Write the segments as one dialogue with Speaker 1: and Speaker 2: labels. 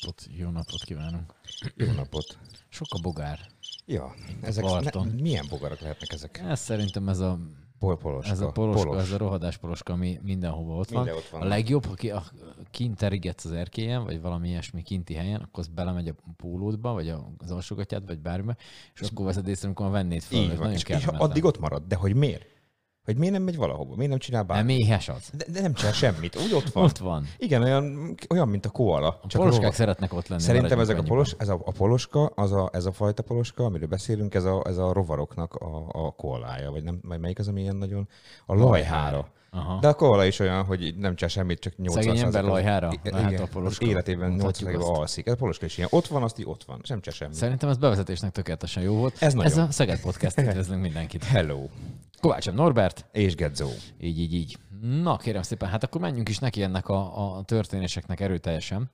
Speaker 1: Jó napot kívánunk.
Speaker 2: Jó napot.
Speaker 1: Sok a bogár.
Speaker 2: Ja, ezek milyen bogarak lehetnek ezek?
Speaker 1: Ez szerintem ez a poloska, ez a rohadás poloska, ami mindenhova ott van. A legjobb, ha kint terigetsz az erkélyen, vagy valami ilyesmi kinti helyen, akkor az belemegy a pólódba, vagy az alsógatját, vagy bármibe, és akkor veszed észre, amikor vennéd fel.
Speaker 2: Így van, és addig ott marad. De hogy miért? Hogy miért nem megy valahova? Miért nem csinál bármit?
Speaker 1: Nem éhes az.
Speaker 2: De nem csinál semmit. Úgy ott van.
Speaker 1: Ott van.
Speaker 2: Igen, olyan mint a koala.
Speaker 1: A poloskák szeretnek ott lenni.
Speaker 2: Szerintem ezek a poloska, ez a fajta poloska, amiről beszélünk, ez a rovaroknak a koalája. Vagy nem, melyik az, ami ilyen nagyon... A lajhára. Aha. De a koala is olyan, hogy nem csinál semmit, csak 80%.
Speaker 1: Szegény ember lajhára?
Speaker 2: Igen, a poloska. Életében 80%-ban alszik. A poloska is ilyen. Ott van, azt így ott van. Sem csinál semmit.
Speaker 1: Szerintem ez bevezetésnek tökéletesen jó volt.
Speaker 2: Ez
Speaker 1: a Szeged Podcast, üdvözlünk mindenkit.
Speaker 2: Hello.
Speaker 1: Kovácsom Norbert.
Speaker 2: És Gedzó.
Speaker 1: Így. Na, kérem szépen, hát akkor menjünk is neki ennek a történéseknek erőteljesen.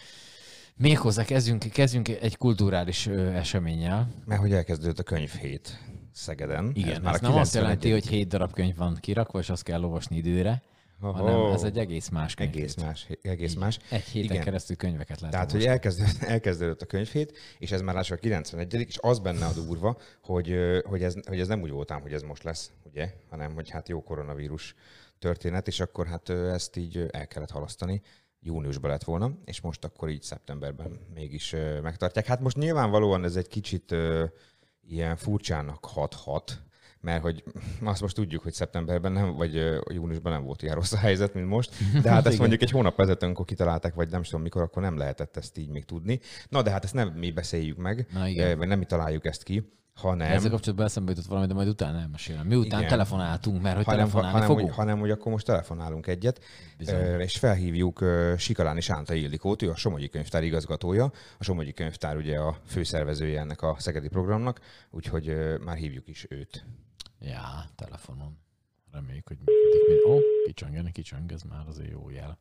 Speaker 1: Méghozzá kezdjünk egy kulturális eseménnyel.
Speaker 2: Mert hogy elkezdődött a könyvhét Szegeden.
Speaker 1: Igen, ez nem azt jelenti, hogy 7 darab könyv van kirakva, és azt kell olvasni időre, hanem ez egy egész más könyv.
Speaker 2: Egész más.
Speaker 1: Egy héten keresztül könyveket lehet
Speaker 2: Tehát,
Speaker 1: olvasni.
Speaker 2: hogy elkezdődött a könyvhét, és ez már lassan a 91. és az benne a durva, hogy ez nem úgy voltám, hogy ez most lesz, ugye, hanem hogy hát jó koronavírus történet, és akkor hát ezt így el kellett halasztani. Júniusban lett volna, és most akkor így szeptemberben mégis megtartják. Hát most nyilvánvalóan ez egy kicsit ilyen furcsának hathat, mert hogy azt most tudjuk, hogy szeptemberben nem, vagy júniusban nem volt ilyen rossz a helyzet, mint most, de hát ezt mondjuk egy hónap ezelőtt, amikor kitalálták, vagy nem tudom mikor, akkor nem lehetett ezt így még tudni. Na de hát ezt nem mi beszéljük meg, vagy nem mi találjuk ezt ki, hanem...
Speaker 1: Ezzel kapcsolatban eszembe jutott valami, de majd utána elmesélem. Miután telefonáltunk, mert hogy telefonálni fogunk.
Speaker 2: Hanem, hogy akkor most telefonálunk egyet, és felhívjuk Sikaláni Sánta Ildikót, ő a Somogyi Könyvtár igazgatója. A Somogyi Könyvtár ugye a főszervezője ennek a szegedi programnak, úgyhogy már hívjuk is őt.
Speaker 1: Ja, telefonon. Reméljük, hogy működik. Kicsöng, ez már azért jó jel.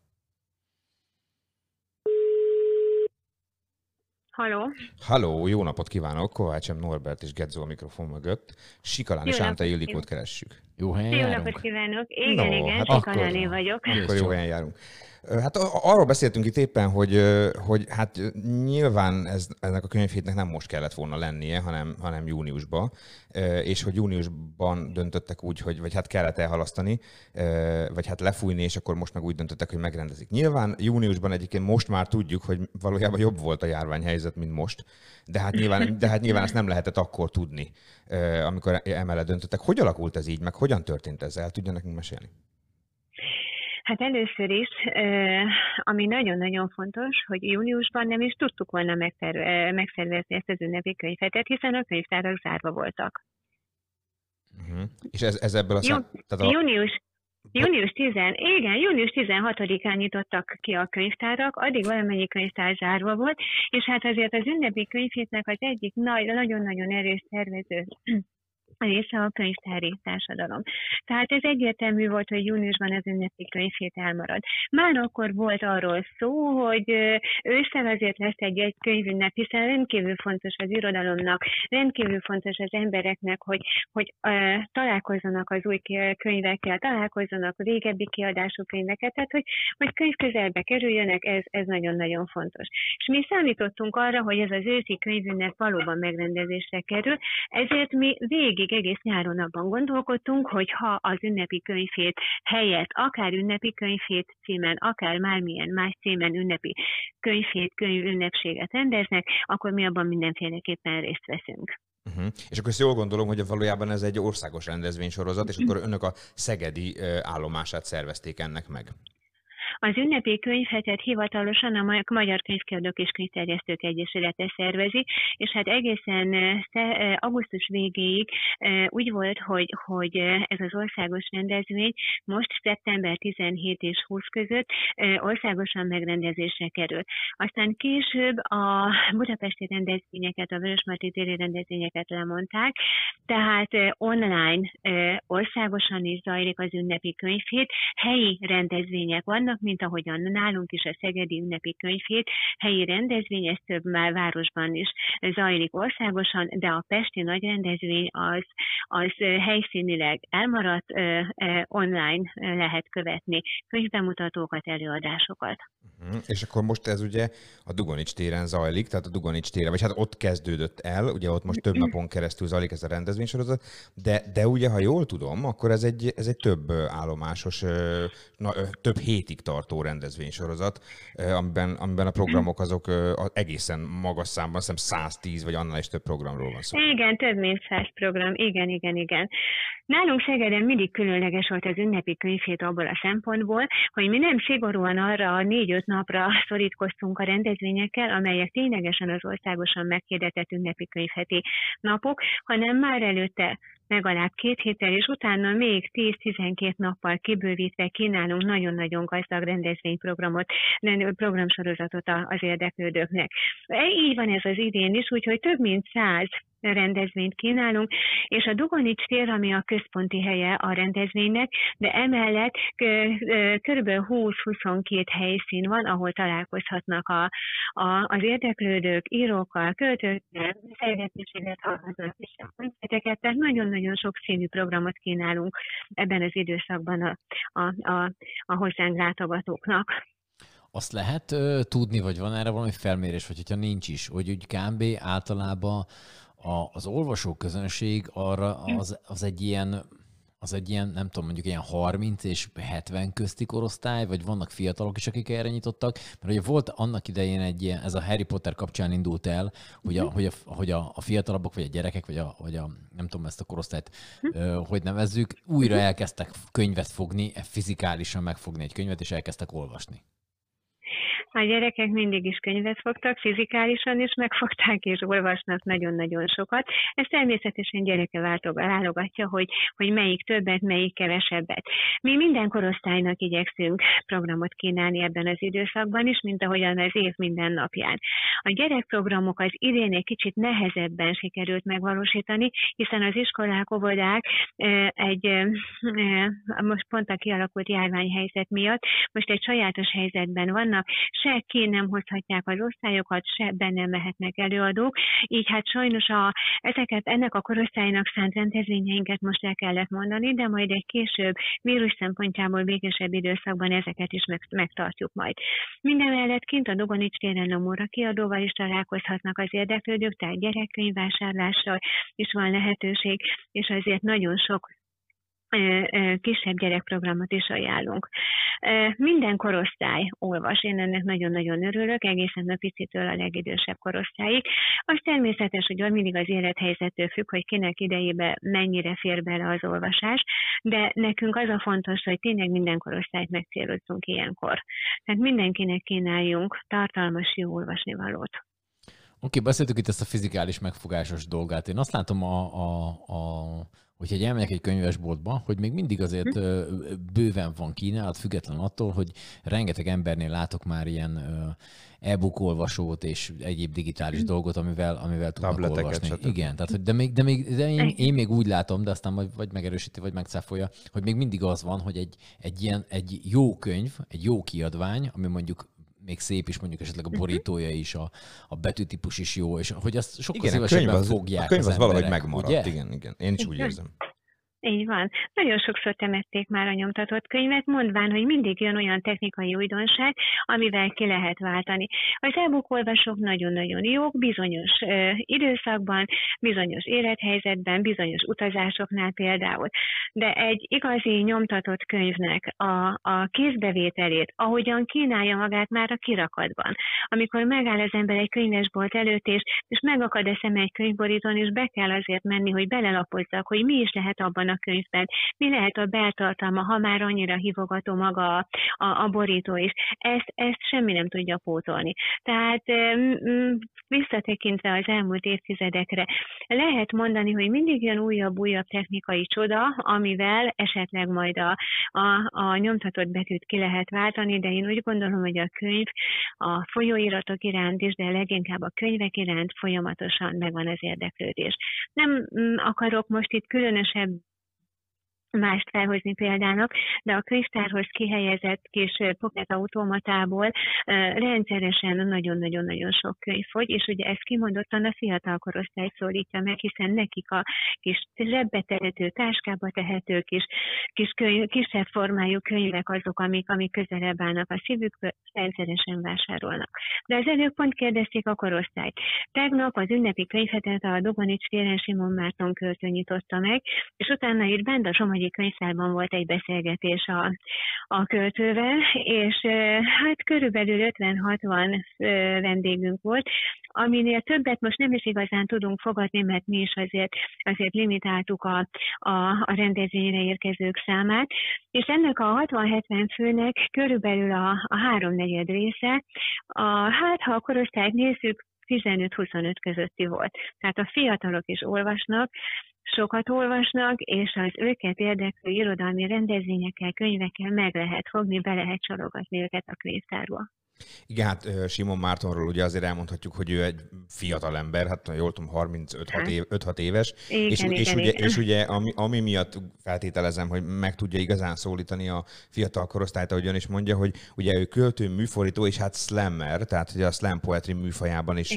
Speaker 3: Halló,
Speaker 2: jó napot kívánok! Kovácsom Norbert és Gedzó a mikrofon mögött. Sikaláni Sánta Ildikót keressük.
Speaker 1: Jó helyen járunk?
Speaker 3: Jó napot kívánok! Igen, Sikaláni vagyok.
Speaker 2: Akkor jó helyen járunk. Hát arról beszéltünk itt éppen, hogy hát nyilván ennek a könyvhétnek nem most kellett volna lennie, hanem júniusban, és hogy júniusban döntöttek úgy, vagy hát kellett elhalasztani, vagy hát lefújni, és akkor most meg úgy döntöttek, hogy megrendezik. Nyilván júniusban egyébként most már tudjuk, hogy valójában jobb volt a járványhelyzet, mint most, de hát nyilván ezt nem lehetett akkor tudni, amikor emellett döntöttek. Hogy alakult ez így, meg hogyan történt ez? El tudja nekünk mesélni?
Speaker 3: Hát először is, ami nagyon-nagyon fontos, hogy júniusban nem is tudtuk volna megszervezni ezt az ünnepi könyvhetet, hiszen a könyvtárak zárva voltak.
Speaker 2: És ez ebből a
Speaker 3: Június 16-án nyitottak ki a könyvtárak, addig valamennyi könyvtár zárva volt, és hát azért az ünnepi könyvhétnek az egyik nagyon-nagyon erős szervező része a könyvtári társadalom. Tehát ez egyértelmű volt, hogy júniusban az ünnepi könyvhét elmarad. Már akkor volt arról szó, hogy ősszel azért lesz egy könyvünnep, hiszen rendkívül fontos az irodalomnak, rendkívül fontos az embereknek, hogy találkozzanak az új könyvekkel, találkozzanak a régebbi kiadású könyveket, tehát hogy könyv közelbe kerüljönek, ez nagyon-nagyon fontos. És mi számítottunk arra, hogy ez az őszi könyvünnep valóban megrendezésre kerül, ezért mi végig egész nyáron abban gondolkodtunk, hogy ha az ünnepi könyvhét helyett, akár ünnepi könyvhét címen, akár bármilyen más címen ünnepi könyvhét, könyvünnepséget rendeznek, akkor mi abban mindenféleképpen részt veszünk.
Speaker 2: És akkor ezt jól gondolom, hogy valójában ez egy országos rendezvénysorozat, és akkor önök a szegedi állomását szervezték ennek meg.
Speaker 3: Az ünnepi könyvhetet hivatalosan a Magyar Könyvkiadók és Könyvterjesztők Egyesülete szervezi, és hát egészen augusztus végéig úgy volt, hogy ez az országos rendezvény most szeptember 17 és 20 között országosan megrendezésre kerül. Aztán később a budapesti rendezvényeket, a Vörösmarty téri rendezvényeket lemondták, tehát online országosan is zajlik az ünnepi könyvhét, helyi rendezvények vannak, mint ahogyan nálunk is a Szegedi Ünnepi Könyvhét, helyi rendezvény, ez több már városban is zajlik országosan, de a pesti nagy rendezvény az helyszínileg elmaradt, online lehet követni könyvbemutatókat, előadásokat.
Speaker 2: És akkor most ez ugye a Dugonics téren zajlik, tehát a Dugonics téren, vagy hát ott kezdődött el, ugye ott most több napon keresztül zajlik ez a rendezvénysorozat, de ugye, ha jól tudom, akkor ez egy több állomásos, több hétig tartó rendezvénysorozat, amiben a programok azok egészen magas számban, azt hiszem 110 vagy annál is több programról van szó.
Speaker 3: Igen, több mint 100 program, igen. Nálunk Szegeden mindig különleges volt az ünnepi könyvhét abból a szempontból, hogy mi nem szigorúan arra a 4-5 napra szorítkoztunk a rendezvényekkel, amelyek ténylegesen az országosan meghirdetett ünnepi könyvheti napok, hanem már előtte legalább 2 héttel, és utána még 10-12 nappal kibővítve kínálunk nagyon-nagyon gazdag rendezvényprogramot, programsorozatot az érdeklődőknek. Így van ez az idén is, úgyhogy több mint 100 rendezvényt kínálunk, és a Dugonics tér, ami a központi helye a rendezvénynek, de emellett kb. 20-22 helyszín van, ahol találkozhatnak az érdeklődők, írókkal, költőkkel, szervezőséget hallgatnak és a koncerteket, tehát nagyon-nagyon sokszínű programot kínálunk ebben az időszakban a hozzánk látogatóknak.
Speaker 1: Azt lehet tudni, vagy van erre valami felmérés, vagy hogyha nincs is, hogy úgy kb. Általában az olvasóközönség arra az egy ilyen, nem tudom, mondjuk ilyen 30 és 70 közti korosztály, vagy vannak fiatalok is, akik erre nyitottak, mert ugye volt annak idején egy ilyen, ez a Harry Potter kapcsán indult el, hogy a fiatalabbak, vagy a gyerekek, vagy a nem tudom ezt a korosztályt, hogy nevezzük, újra elkezdtek könyvet fogni, fizikálisan megfogni egy könyvet, és elkezdtek olvasni.
Speaker 3: A gyerekek mindig is könyvet fogtak, fizikálisan is megfogták, és olvasnak nagyon-nagyon sokat. Ez természetesen gyereke válogatja, hogy melyik többet, melyik kevesebbet. Mi minden korosztálynak igyekszünk programot kínálni ebben az időszakban is, mint ahogyan az év minden napján. A gyerekprogramok az idén egy kicsit nehezebben sikerült megvalósítani, hiszen az iskolák, óvodák most pont a kialakult járványhelyzet miatt most egy sajátos helyzetben vannak, se ki nem hozhatják az osztályokat, se benne mehetnek előadók, így hát sajnos ennek a korosztálynak szánt rendezvényeinket most el kellett mondani, de majd egy később vírus szempontjából békésebb időszakban ezeket is megtartjuk majd. Mindemellett kint a Dugonics téren a Móra kiadóval is találkozhatnak az érdeklődők, tehát gyerekkönyvvásárlással is van lehetőség, és azért nagyon sok kisebb gyerekprogramot is ajánlunk. Minden korosztály olvas, én ennek nagyon-nagyon örülök, egészen a picitől a legidősebb korosztályig. Az természetes, hogy mindig az élethelyzettől függ, hogy kinek idejébe mennyire fér bele az olvasás, de nekünk az a fontos, hogy tényleg minden korosztályt megcélozzunk ilyenkor. Tehát mindenkinek kínáljunk tartalmas, jó olvasnivalót.
Speaker 1: Oké, beszéltük itt ezt a fizikális megfogásos dolgát. Én azt látom, hogyha elmegyek egy könyvesboltba, hogy még mindig azért bőven van kínálat, független attól, hogy rengeteg embernél látok már ilyen e-book olvasót és egyéb digitális dolgot, amivel tudnak olvasni.
Speaker 2: Stb.
Speaker 1: Igen, tehát, de én még úgy látom, de aztán vagy megerősíti, vagy megcáfolja, hogy még mindig az van, hogy egy jó könyv, egy jó kiadvány, ami mondjuk még szép is, mondjuk esetleg a borítója is, a betűtípus is jó, és hogy azt sokkal szívesebben fogják.
Speaker 2: A könyv az
Speaker 1: emberek,
Speaker 2: valahogy megmaradt,
Speaker 1: ugye?
Speaker 2: igen. Én is úgy érzem.
Speaker 3: Így van. Nagyon sokszor temették már a nyomtatott könyvet, mondván, hogy mindig jön olyan technikai újdonság, amivel ki lehet váltani. Az e-book olvasók nagyon-nagyon jók, bizonyos időszakban, bizonyos élethelyzetben, bizonyos utazásoknál például. De egy igazi nyomtatott könyvnek a kézbevételét, ahogyan kínálja magát már a kirakatban, amikor megáll az ember egy könyvesbolt előtt, és megakad a szeme egy könyvborítón, és be kell azért menni, hogy belelapozzak, hogy mi is lehet abban a könyvben, mi lehet a beltartalma, ha már annyira hívogató maga a borító is. Ezt semmi nem tudja pótolni. Tehát visszatekintve az elmúlt évtizedekre, lehet mondani, hogy mindig jön újabb technikai csoda, amivel esetleg majd a nyomtatott betűt ki lehet váltani, de én úgy gondolom, hogy a könyv a folyóiratok iránt is, de leginkább a könyvek iránt folyamatosan megvan az érdeklődés. Nem akarok most itt különösebb mást felhozni példának, de a könyvtárhoz kihelyezett kis pocket automatából rendszeresen nagyon-nagyon-nagyon sok könyv fogy, és ugye ezt kimondottan a fiatal korosztály szólítja meg, hiszen nekik a kis zsebbe tehető, táskába tehető kisebb formájú könyvek azok, amik közelebb állnak a szívükből, rendszeresen vásárolnak. De az előbb pont kérdezték a korosztályt. Tegnap az ünnepi könyvhetet a Dogonics téren Simon Márton költő nyitotta meg, és utána itt bent a Somogyi Könyvtárban volt egy beszélgetés a költővel, és hát körülbelül 50-60 vendégünk volt, aminél többet most nem is igazán tudunk fogadni, mert mi is azért limitáltuk a rendezvényre érkezők számát, és ennek a 60-70 főnek körülbelül a háromnegyed része, hát ha a korosztályt nézzük, 15-25 közötti volt. Tehát a fiatalok is olvasnak, sokat olvasnak, és az őket érdeklő irodalmi rendezvényekkel, könyvekkel meg lehet fogni, be lehet csalogatni őket a könyvtárba.
Speaker 2: Igen, hát Simon Mártonról ugye azért elmondhatjuk, hogy ő egy fiatal ember, hát jól tudom, 35-6 éves, és ugye ami miatt feltételezem, hogy meg tudja igazán szólítani a fiatal korosztályt, ahogyan is mondja, hogy ugye ő költő, műfordító, és hát slammer, tehát ugye a slam poetry műfajában is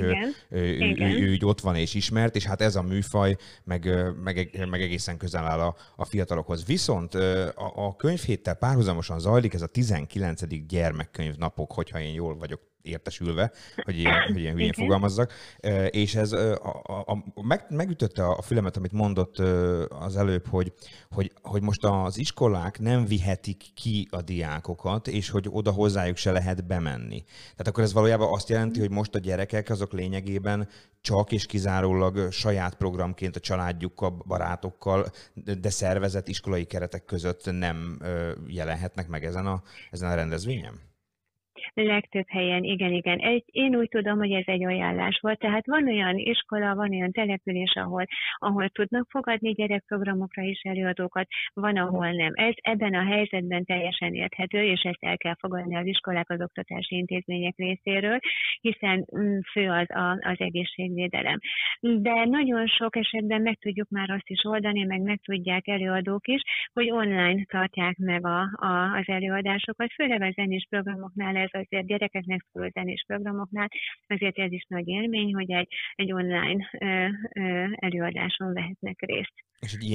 Speaker 2: ő ott van és ismert, és hát ez a műfaj meg egészen közel áll a fiatalokhoz. Viszont a könyvhéttel párhuzamosan zajlik ez a 19. gyermekkönyvnapok, hogyha én jól vagyok értesülve, hogy ilyen hülyén fogalmazzak, és ez megütötte a fülemet, amit mondott az előbb, hogy most az iskolák nem vihetik ki a diákokat, és hogy oda hozzájuk se lehet bemenni. Tehát akkor ez valójában azt jelenti, hogy most a gyerekek azok lényegében csak és kizárólag saját programként a családjukkal, barátokkal, de szervezett iskolai keretek között nem jelenhetnek meg ezen a rendezvényen?
Speaker 3: Legtöbb helyen, igen. Én úgy tudom, hogy ez egy ajánlás volt, tehát van olyan iskola, van olyan település, ahol tudnak fogadni gyerekprogramokra is előadókat, van, ahol nem. Ez ebben a helyzetben teljesen érthető, és ezt el kell fogadni az iskolák, az oktatási intézmények részéről, hiszen fő az egészségvédelem. De nagyon sok esetben meg tudjuk már azt is oldani, meg tudják előadók is, hogy online tartják meg az előadásokat, főleg a zenés programoknál ez azért gyerekeknek szóló zenés programoknál, azért ez is nagy élmény, hogy egy online előadáson vehetnek részt.
Speaker 2: És egy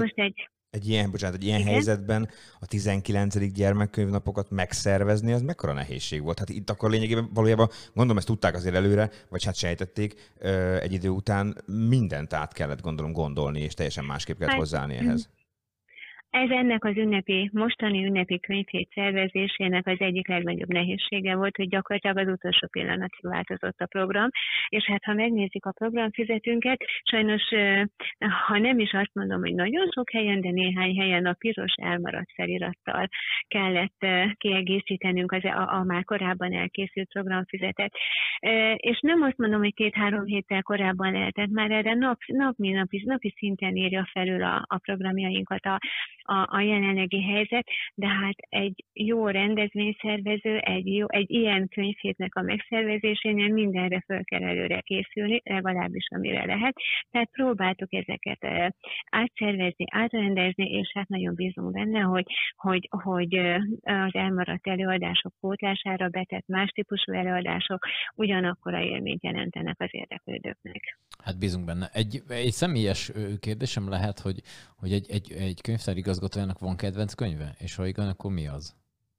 Speaker 2: ilyen helyzetben a 19. gyermekkönyvnapokat megszervezni, az mekkora nehézség volt? Hát itt akkor lényegében valójában, gondolom ezt tudták azért előre, vagy hát sejtették, egy idő után mindent át kellett gondolni, és teljesen másképp kellett hozzáállni ehhez.
Speaker 3: Ez ennek az mostani ünnepi könyvhét szervezésének az egyik legnagyobb nehézsége volt, hogy gyakorlatilag az utolsó pillanatig változott a program, és hát ha megnézik a programfüzetünket, sajnos, ha nem is azt mondom, hogy nagyon sok helyen, de néhány helyen a piros elmaradt felirattal kellett kiegészítenünk a már korábban elkészült programfüzetet. És nem azt mondom, hogy 2-3 héttel korábban lehetett, már erre napi szinten írja felül a programjainkat a jelenlegi helyzet, de hát egy jó rendezvényszervező, egy ilyen könyvhétnek a megszervezésénél mindenre föl kell előre készülni, legalábbis amire lehet. Tehát próbáltuk ezeket átszervezni, átrendezni, és hát nagyon bízunk benne, hogy az elmaradt előadások pótlására betett más típusú előadások ugyanakkor a élményt jelentenek az érdeklődőknek.
Speaker 1: Hát bízunk benne. Egy személyes kérdésem lehet, hogy egy könyvtár igazgatójának van kedvenc könyve? És ha igen, akkor mi az?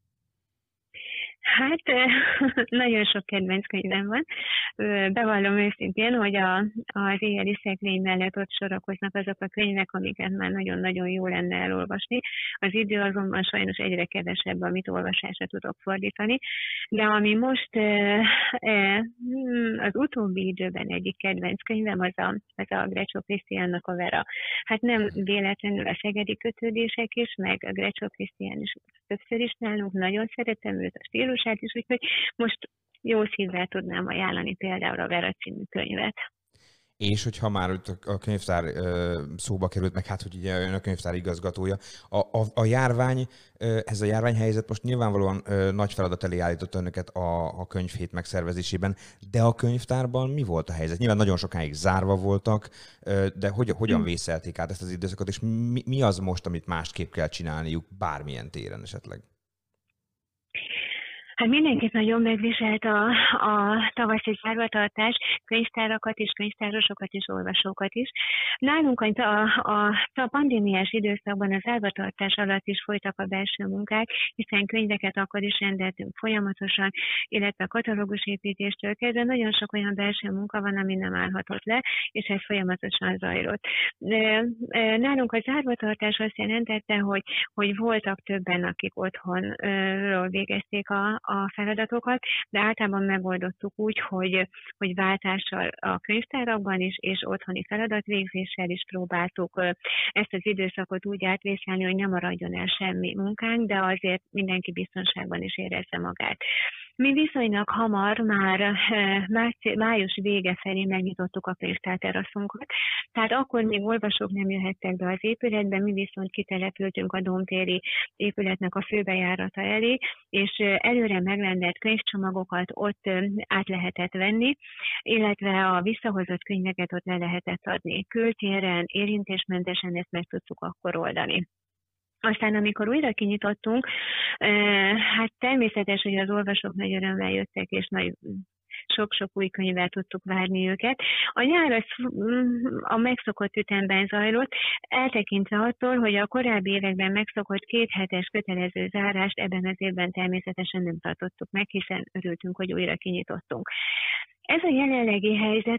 Speaker 3: Hát nagyon sok kedvenc könyvem van. Bevallom őszintén, hogy az éjjeli szekrény mellett ott sorakoznak azok a könyvek, amiket már nagyon-nagyon jó lenne elolvasni. Az idő azonban sajnos egyre kevesebb, amit olvasásra tudok fordítani. De ami most az utóbbi időben egyik kedvenc könyvem, az a Grecso Krisztiánnak a Vera. Hát nem véletlenül a szegedi kötődések is, meg a Grecso Krisztián is többször is nálunk. Nagyon szeretem őt, a stílusát is, úgyhogy most jó szívvel tudnám ajánlani például a Vera című könyvet.
Speaker 2: És hogyha már a könyvtár szóba került, meg hát, hogy ugye ön a könyvtár igazgatója, a járvány, ez a járványhelyzet most nyilvánvalóan nagy feladat elé állított önöket a könyvhét megszervezésében, de a könyvtárban mi volt a helyzet? Nyilván nagyon sokáig zárva voltak, de hogyan vészelték át ezt az időszakot, és mi az most, amit másképp kell csinálniuk bármilyen téren esetleg?
Speaker 3: Hát mindenkit nagyon megviselt a tavaszi zárvatartás, könyvtárakat is, könyvtárosokat és olvasókat is. Nálunk a pandémiás időszakban a zárvatartás alatt is folytak a belső munkák, hiszen könyveket akkor is rendeltünk folyamatosan, illetve a katalógusépítéstől kezdve nagyon sok olyan belső munka van, ami nem állhatott le, és ez folyamatosan zajlott. Nálunk a zárvatartás azt jelentette, hogy voltak többen, akik otthonról végezték a feladatokat, de általában megoldottuk úgy, hogy váltással a könyvtárakban is, és otthoni feladatvégzéssel is próbáltuk ezt az időszakot úgy átvészelni, hogy ne maradjon el semmi munkánk, de azért mindenki biztonságban is érezze magát. Mi viszonylag hamar, már május vége felé megnyitottuk a könyvtárteraszunkat, tehát akkor még olvasók nem jöhettek be az épületbe, mi viszont kitelepültünk a Domtéri épületnek a főbejárata elé, és előre megrendelt könyvcsomagokat ott át lehetett venni, illetve a visszahozott könyveket ott le lehetett adni. Kültéren, érintésmentesen ezt meg tudtuk akkor oldani. Aztán, amikor újra kinyitottunk, hát természetes, hogy az olvasók nagy örömmel jöttek, és sok-sok új könyvvel tudtuk várni őket. A nyár az a megszokott ütemben zajlott, eltekintve attól, hogy a korábbi években megszokott 2 hetes kötelező zárást ebben az évben természetesen nem tartottuk meg, hiszen örültünk, hogy újra kinyitottunk. Ez a jelenlegi helyzet,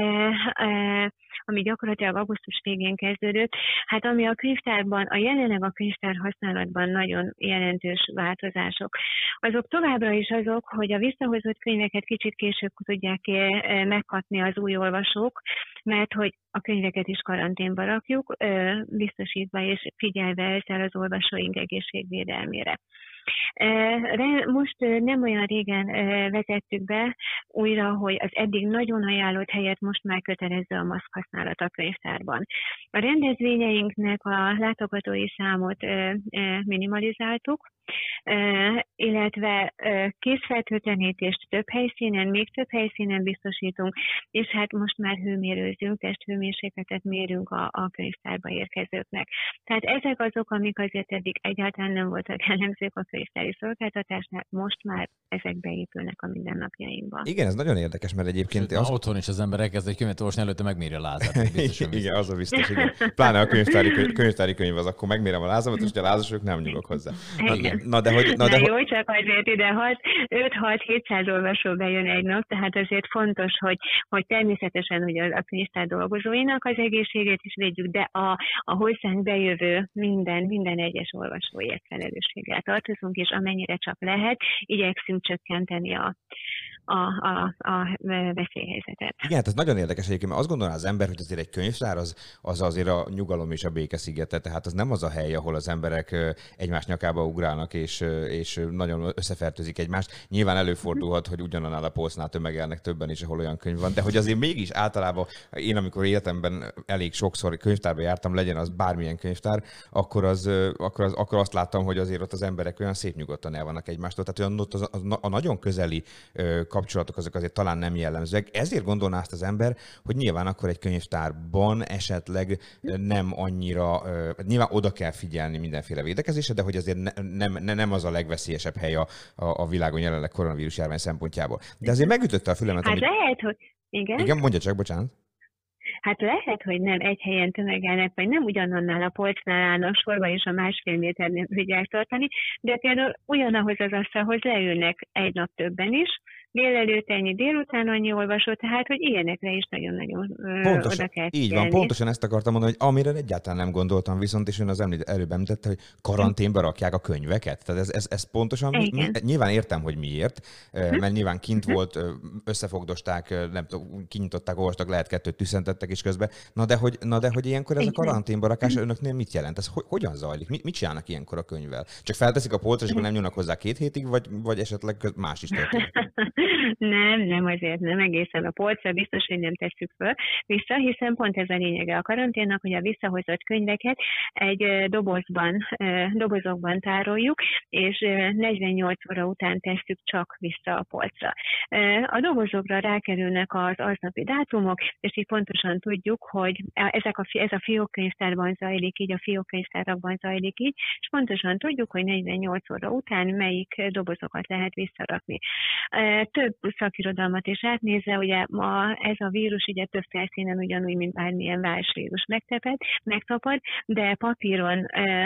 Speaker 3: ami gyakorlatilag augusztus végén kezdődött, hát ami a könyvtárban, jelenleg a könyvtár használatban nagyon jelentős változások. Azok továbbra is azok, hogy a visszahozott könyveket kicsit később tudják megkapni az új olvasók, mert hogy a könyveket is karanténba rakjuk, biztosítva és figyelve ezzel az olvasóink egészségvédelmére. Most nem olyan régen vezettük be újra, hogy az eddig nagyon ajánlott helyet most már kötelező a maszk használat a könyvtárban. A rendezvényeinknek a látogatói számot minimalizáltuk, illetve készfertőtlenítést több helyszínen, még több helyszínen biztosítunk, és hát most már hőmérőzünk, testhőmérsékletet mérünk a könyvtárba érkezőknek. Tehát ezek azok, amik azért eddig egyáltalán nem voltak jellemzők a könyvtári szolgáltatásnál, most már ezek beépülnek a mindennapjainkba.
Speaker 2: Igen, ez nagyon érdekes, mert egyébként...
Speaker 1: Otthon is az ember elkezd egy könyvet olvasni, előtte megméri a lázat.
Speaker 2: Igen, az a biztos, igen. Pláne a könyvtári könyv az, akkor megmérem a lázamat, és a lázasok nem nyugodok hozzá.
Speaker 3: Jó, csak azért ide 5-6-700 olvasó bejön egy nap, tehát azért fontos, hogy természetesen hogy a könyvtár dolgozóinak az egészségét is védjük, de a hozzánk bejövő minden egyes olvasóért felelősséggel tartozunk, és amennyire csak lehet, igyekszünk csökkenteni a veszélyhelyzetet.
Speaker 2: Igen, hát ez nagyon érdekes egyébként, mert azt gondolná az ember, hogy azért egy könyvtár az azért a nyugalom és a béke szigete, tehát az nem az a hely, ahol az emberek egymás nyakába ugrálnak és nagyon összefertőzik egymást. Nyilván előfordulhat, hogy ugyanannál a polcnál tömegelnek többen is, ahol olyan könyv van, de hogy azért mégis általában én, amikor életemben elég sokszor könyvtárba jártam, legyen az bármilyen könyvtár, akkor azt láttam, hogy azért ott az emberek olyan szép nyugodtan el vannak egymástól, tehát ott a nagyon közeli kapcsolatok azok azért talán nem jellemzőek. Ezért gondolná azt az ember, hogy nyilván akkor egy könyvtárban esetleg nem annyira, nyilván oda kell figyelni mindenféle védekezésre, de hogy azért nem az a legveszélyesebb hely a világon jelenleg koronavírus járvány szempontjából. De azért megütötte a fülemet.
Speaker 3: Hát lehet, hogy... Igen?
Speaker 2: Igen, mondja csak, bocsánat.
Speaker 3: Hát lehet, hogy nem egy helyen tömegelnek, vagy nem ugyanannál a polcnál állnak sorba, és a 1,5 méternél tudják tartani, de például ugyanahoz az asztalhoz leülnek egy nap többen is, délelőtt ennyi, délután annyi olvasó, tehát hogy ilyenekre is nagyon-nagyon oda kell figyelni.
Speaker 2: Így van, pontosan ezt akartam mondani, hogy amire egyáltalán nem gondoltam, viszont és ön az előbb említette, hogy karanténba rakják a könyveket. Tehát ez pontosan, nyilván értem, hogy miért, mert nyilván kint volt, összefogdosták, nem tudom, kinyitották, olvastak, lehet 2 tüszentettek is közben. Na de hogy ilyenkor ez a karanténba rakás önöknél mit jelent? Ez hogyan zajlik? Mit csinálnak ilyenkor a könyvvel? Csak felteszik a polcra, és akkor nem nyúlnak hozzá 2 hétig, vagy esetleg más is történik?
Speaker 3: Nem, azért nem egészen a polcra, biztos, hogy nem tesszük föl vissza, hiszen pont ez a lényege a karanténnak, hogy a visszahozott könyveket egy dobozokban tároljuk, és 48 óra után tesszük csak vissza a polcra. A dobozokra rákerülnek az aznapi dátumok, és így pontosan tudjuk, hogy ez a fiókkönyvtárban zajlik így, a fiókkönyvtárakban zajlik így, és pontosan tudjuk, hogy 48 óra után melyik dobozokat lehet visszarakni. Több szakirodalmat is átnézve, ugye ez a vírus ugye több felszínen ugyanúgy, mint bármilyen válságvírus megtapad, de papíron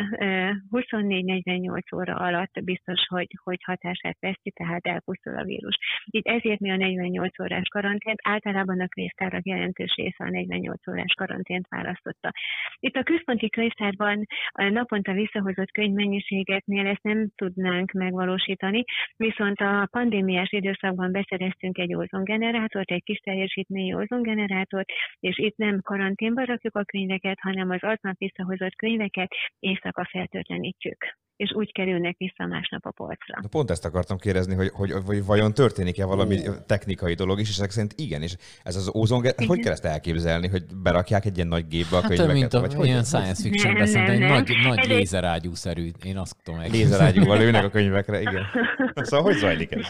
Speaker 3: 24-48 óra alatt biztos, hogy hatását veszti, tehát elpusztul a vírus. Így ezért mi a 48 órás karantént, általában a könyvtárak jelentős része a 48 órás karantént választotta. Itt a központi könyvtárban naponta visszahozott könyvmennyiségeknél ezt nem tudnánk megvalósítani, viszont a pandémiás időszakban beszereztünk egy ózongenerátort, egy kis teljesítményű ózongenerátort, és itt nem karanténba rakjuk a könyveket, hanem az aznap visszahozott könyveket éjszaka feltöltlenítjük, és úgy kerülnek vissza másnap a polcra.
Speaker 2: Na pont ezt akartam kérdezni, hogy vajon történik-e valami technikai dolog is, és ezek szerint igen, és ez az ózongenerátor, hogy kell ezt elképzelni, hogy berakják egy ilyen nagy gépbe a könyveket?
Speaker 1: Hát mint ilyen science fiction szerintem egy nagy lézerágyú-szerű, én azt tudom meg.
Speaker 2: Lézerágyúval lőnek a könyvekre, igen. Szóval hogy zajlik ez?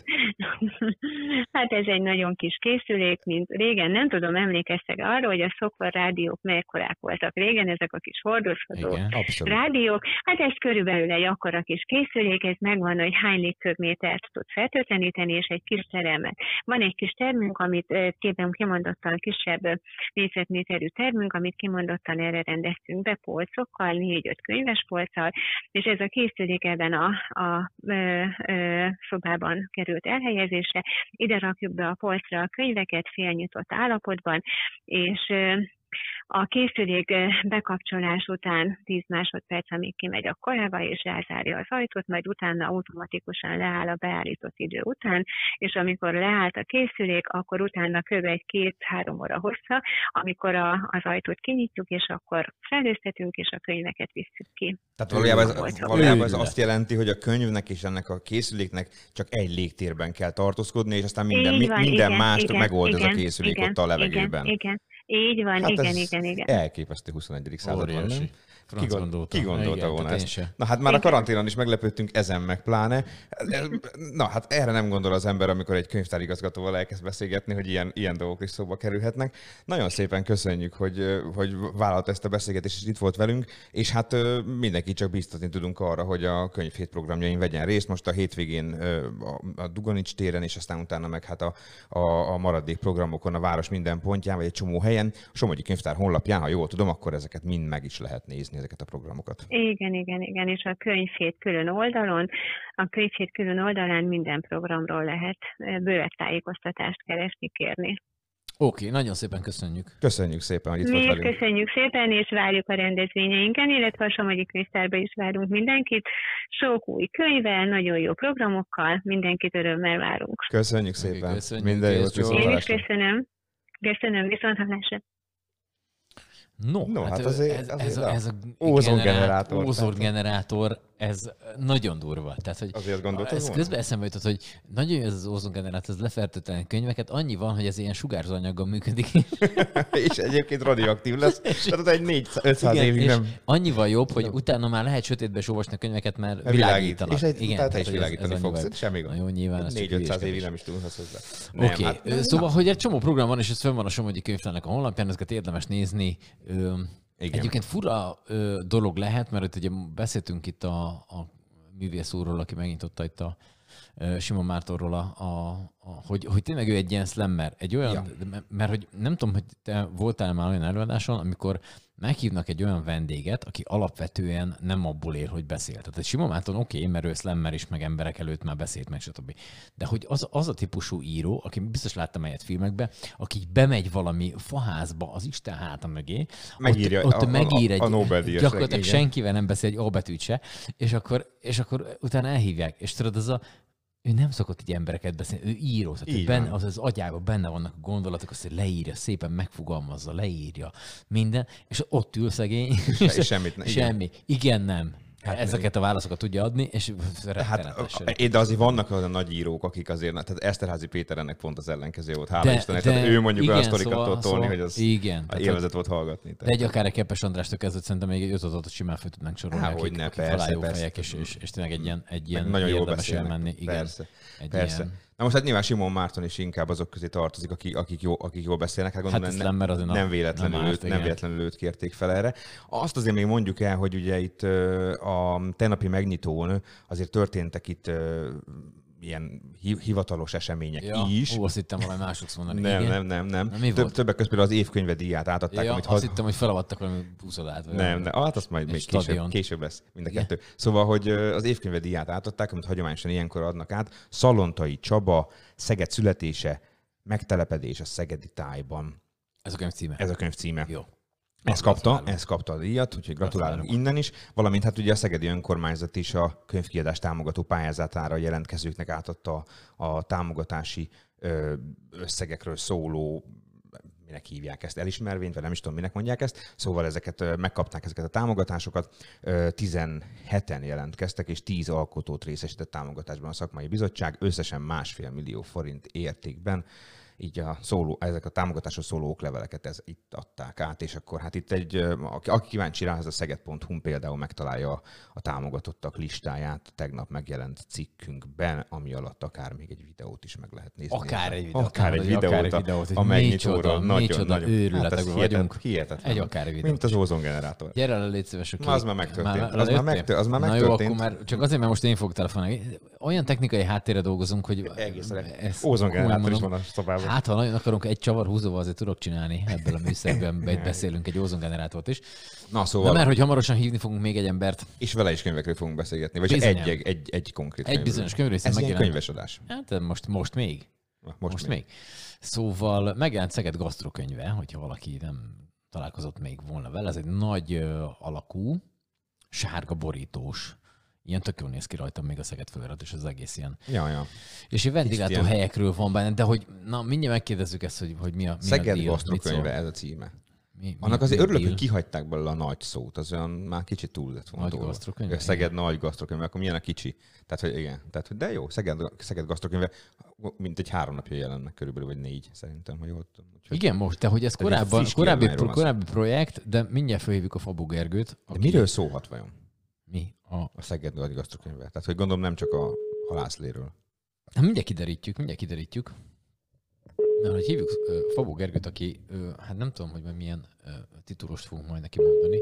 Speaker 3: Hát ez egy nagyon kis készülék, mint régen, nem tudom, emlékeztek arra, hogy a szokvarrádiók mekkorák voltak régen, ezek a kis hordozható rádiók. Hát ez körülbelül egy akkora kis készülék, ez megvan, hogy hány légköbmétert tud feltölteníteni, és egy kis terelmet. Van egy kis termünk, amit kimondottan kisebb négyzetméterű termünk, amit kimondottan erre rendeztünk be polcokkal, 4-5 könyves polccal, és ez a készülék ebben a szobában került elhelyezésre. Ide rakjuk be a polcra a könyveket félnyitott állapotban, és a készülék bekapcsolás után 10 másodperc, amíg kimegy a kollega, és elzárja az ajtót, majd utána automatikusan leáll a beállított idő után, és amikor leállt a készülék, akkor utána kb. 2-3 óra hossza, amikor az ajtót kinyitjuk, és akkor felőztetünk, és a könyveket visszük ki.
Speaker 2: Tehát valójában ez azt jelenti, hogy a könyvnek és ennek a készüléknek csak egy légtérben kell tartózkodni, és aztán minden mást megold ez a készülék ott a levegőben.
Speaker 3: Igen. Így van, hát igen.
Speaker 2: Elképesztő 21. században, nem? Ki gondolta volna ezt? Na hát már
Speaker 3: igen.
Speaker 2: A karanténon is meglepődtünk, ezen meg pláne. Na hát erre nem gondol az ember, amikor egy könyvtárigazgatóval elkezd beszélgetni, hogy ilyen dolgok is szóba kerülhetnek. Nagyon szépen köszönjük, hogy vállalta ezt a beszélgetést, és itt volt velünk, és hát mindenki csak biztatni tudunk arra, hogy a könyvhét programjain vegyen részt. Most a hétvégén a Dugonics téren, és aztán utána meg hát a maradék programokon a város minden pontján, vagy egy csomó helyen. A Somogyi Könyvtár honlapján, ha jól tudom, akkor ezeket mind meg is lehet nézni, ezeket a programokat.
Speaker 3: Igen, és a könyvhét külön oldalán minden programról lehet bővebb tájékoztatást keresni, kérni.
Speaker 1: Oké, nagyon szépen köszönjük.
Speaker 2: Köszönjük szépen, hogy itt volt velünk.
Speaker 3: Mi köszönjük szépen, és várjuk a rendezvényeinken, illetve a Somogyi Könyvtárba is várunk mindenkit. Sok új könyvvel, nagyon jó programokkal, mindenkit örömmel várunk.
Speaker 2: Köszönjük szépen.
Speaker 1: Köszönjük,
Speaker 2: minden jót.
Speaker 3: Én is köszönöm, viszonthallásra.
Speaker 1: No, hát
Speaker 2: azért
Speaker 1: ez a
Speaker 2: ózongenerátor,
Speaker 1: ez nagyon durva. Tehát, hogy
Speaker 2: azért gondoltad volna?
Speaker 1: Közben eszembe jutott, hogy nagyon jó ez az ózongenerátor, ez lefertőtlen könyveket, annyi van, hogy ez ilyen sugárzóanyaggal működik.
Speaker 2: És egyébként radioaktív lesz, tehát egy 400 évig nem.
Speaker 1: Annyival jobb, hogy utána már lehet sötétbe is olvasni a könyveket, mert világítanak.
Speaker 2: És te is világítani fogsz, semmi gond.
Speaker 1: Jó, nyilván
Speaker 2: 400-500 évig nem is tudhatsz hozzá.
Speaker 1: Oké, szóval, hogy egy csomó program van, és ez fönn van a Somogyi Könyvtárnak a honlapján, ezeket érdemes nézni. Igen. Egyébként fura dolog lehet, mert ugye beszéltünk itt a művész úrról, aki megnyitotta itt a Simon Mártonról, hogy tényleg ő egy ilyen slammer. Egy olyan, mert hogy nem tudom, hogy te voltál már olyan előadáson, amikor meghívnak egy olyan vendéget, aki alapvetően nem abból él, hogy beszél. Tehát egy Simon Márton oké, mert ő slammer is, meg emberek előtt már beszélt, meg stb. De hogy az a típusú író, aki biztos láttam egyet filmekbe, aki bemegy valami faházba az Isten háta mögé, ott megír egy
Speaker 2: Nobel-díjas,
Speaker 1: gyakorlatilag senkivel nem beszél egy albetűt se, és akkor utána elhívják. És tudod, ő nem szokott így embereket beszélni, ő író, tehát az agyában benne vannak a gondolatok, azt leírja, szépen megfogalmazza, leírja minden, és ott ül szegény,
Speaker 2: és semmit nem.
Speaker 1: Semmi. Igen, nem. ezeket a válaszokat tudja adni, és
Speaker 2: de azért vannak olyan nagy írók, akik azért, tehát Eszterházy Péter ennek pont az ellenkező volt. Hála Istennek, tehát ő mondjuk olyan sztorikat tudott tolni, hogy az élvezet volt hallgatni.
Speaker 1: De egy akár egy Kepes Andrástól kezdett, szerintem még egy 5-6-ot simán fel tudnánk sorolni, akik találó fejek, és tényleg egy ilyen
Speaker 2: nagyon jól
Speaker 1: érdemes elmenni.
Speaker 2: Persze. Na most hát nyilván Simon Márton is inkább azok közé tartozik, akik jól beszélnek. Hát gondolom, nem véletlenül őt kérték fel erre. Azt azért még mondjuk el, hogy ugye itt a tegnapi megnyitón azért történtek itt ilyen hivatalos események is.
Speaker 1: Azt hittem valami mások mondani.
Speaker 2: Nem. Többek között például az évkönyve díját átadták.
Speaker 1: Azt hittem, hogy felavattak valami buszodát.
Speaker 2: Nem, hát azt majd még később lesz mind a kettő. Szóval, hogy az évkönyve díját átadták, amit hagyományosan ilyenkor adnak át. Szalontai Csaba, Szeged születése, megtelepedés a szegedi tájban.
Speaker 1: Ez a könyv címe.
Speaker 2: Jó. Ez kapta a díjat, úgyhogy gratulálunk innen is. Valamint hát ugye a szegedi önkormányzat is a könyvkiadás támogató pályázatára jelentkezőknek átadta a támogatási összegekről szóló, minek hívják ezt, elismervényt, vagy nem is tudom, minek mondják ezt. Szóval megkapták ezeket a támogatásokat. 17-en jelentkeztek, és 10 alkotót részesített támogatásban a szakmai bizottság, összesen 1,5 millió forint értékben. Így ezek a támogatásról szóló okleveleket itt adták át, és akkor hát itt aki kíváncsi rá, az a szeged.hu például megtalálja a támogatottak listáját tegnap megjelent cikkünkben, ami alatt akár még egy videót is meg lehet nézni.
Speaker 1: Akár egy videót.
Speaker 2: A megnyitóról.
Speaker 1: Micsoda őrületekben vagyunk.
Speaker 2: Hihetetlen.
Speaker 1: Egy akár egy videót.
Speaker 2: Mint az ózongenerátor.
Speaker 1: Gyere le, légy szíves,
Speaker 2: az már megtörtént. Az már megtörtént.
Speaker 1: Na jó, akkor már csak azért, mert most én fogok telefonálni. Olyan technikai háttérre dolgozunk, hogy...
Speaker 2: Ózongenerátor is van a szobában.
Speaker 1: Hát, ha nagyon akarunk, egy csavarhúzóval azért tudok csinálni ebből a műszerben, beszélünk egy ózongenerátort is.
Speaker 2: Na, szóval...
Speaker 1: mert hogy hamarosan hívni fogunk még egy embert.
Speaker 2: És vele is könyvekről fogunk beszélgetni, vagy egy konkrét
Speaker 1: könyvről. Egy bizonyos könyvről.
Speaker 2: Ez ilyen könyves adás.
Speaker 1: Hát most még. Most még. Szóval megjelent Szeged gasztrokönyve, hogyha valaki nem találkozott még volna vele. Ez egy nagy alakú, sárga borítós. Ilyen tök jól néz ki rajtam még a Szeged felirat, és az egész ilyen.
Speaker 2: Ja.
Speaker 1: És egy vendéglátó helyekről van benne, de hogy mindjárt megkérdezzük ezt, hogy mi a
Speaker 2: Szeged gasztrokönyve, ez a címe. Annak azért örülök, hogy kihagyták belőle a nagy szót, az olyan már kicsit túl lett volna.
Speaker 1: Nagy gasztrokönyve?
Speaker 2: Szeged nagy gasztrokönyve, akkor milyen a kicsi. Tehát, hogy igen. Tehát, de jó, Szeged gasztrokönyve, mint egy 3 napja jelennek körülbelül, vagy 4 szerintem, ha jól tudom.
Speaker 1: Igen, most, de hogy ez korábbi projekt, de mindjárt felhívjuk a Fabó Gergőt.
Speaker 2: De miről szólhat vajon?
Speaker 1: Mi?
Speaker 2: A Szeged nagy gasztrokönyve. Tehát, hogy gondolom nem csak a halászléről.
Speaker 1: Hát mindjárt kiderítjük. Mert hogy hívjuk Fabó Gergőt, aki, hát nem tudom, hogy milyen titulost fogunk majd neki mondani.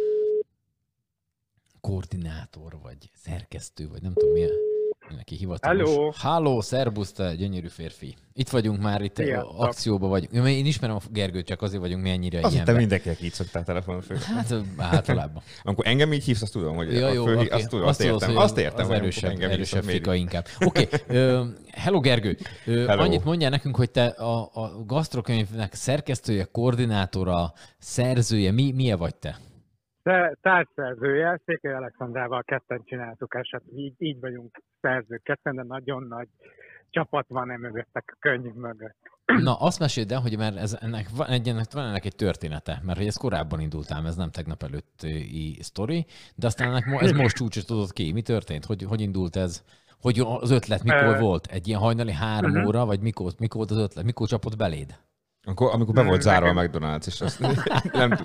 Speaker 1: Koordinátor, vagy szerkesztő, vagy nem tudom milyen neki hivatalos. Halló, szerbusz, te gyönyörű férfi. Itt vagyunk már, itt akcióban vagyunk. Én ismerem a Gergőt, csak azért vagyunk mi ennyire ilyen.
Speaker 2: Azt te mindenkinek így szoktál telefonon föl.
Speaker 1: Hát általában.
Speaker 2: Amikor engem így hívsz, azt tudom, hogy azt értem,
Speaker 1: az erősebb fika inkább. Oké, hello Gergő. Annyit mondjál nekünk, hogy te a gasztrokönyvnek szerkesztője, koordinátora, szerzője, milyen vagy te?
Speaker 4: Társszerzője, Székely Alexandrával ketten csináltuk, és hát így vagyunk szerzők ketten, de nagyon nagy csapat van mögöttek a könyv mögött.
Speaker 1: Na, azt meséld el, hogy mert ennek van egy története, mert hogy ez korábban indultál, ez nem tegnap előtti sztori, de aztán ez most csúcsosodott ki. Mi történt? Hogy indult ez? Hogy az ötlet mikor volt? Egy ilyen hajnali 3 óra, vagy mikor volt az ötlet? Mikor csapott beléd?
Speaker 2: Amikor be volt zárva a McDonald's, és azt nem...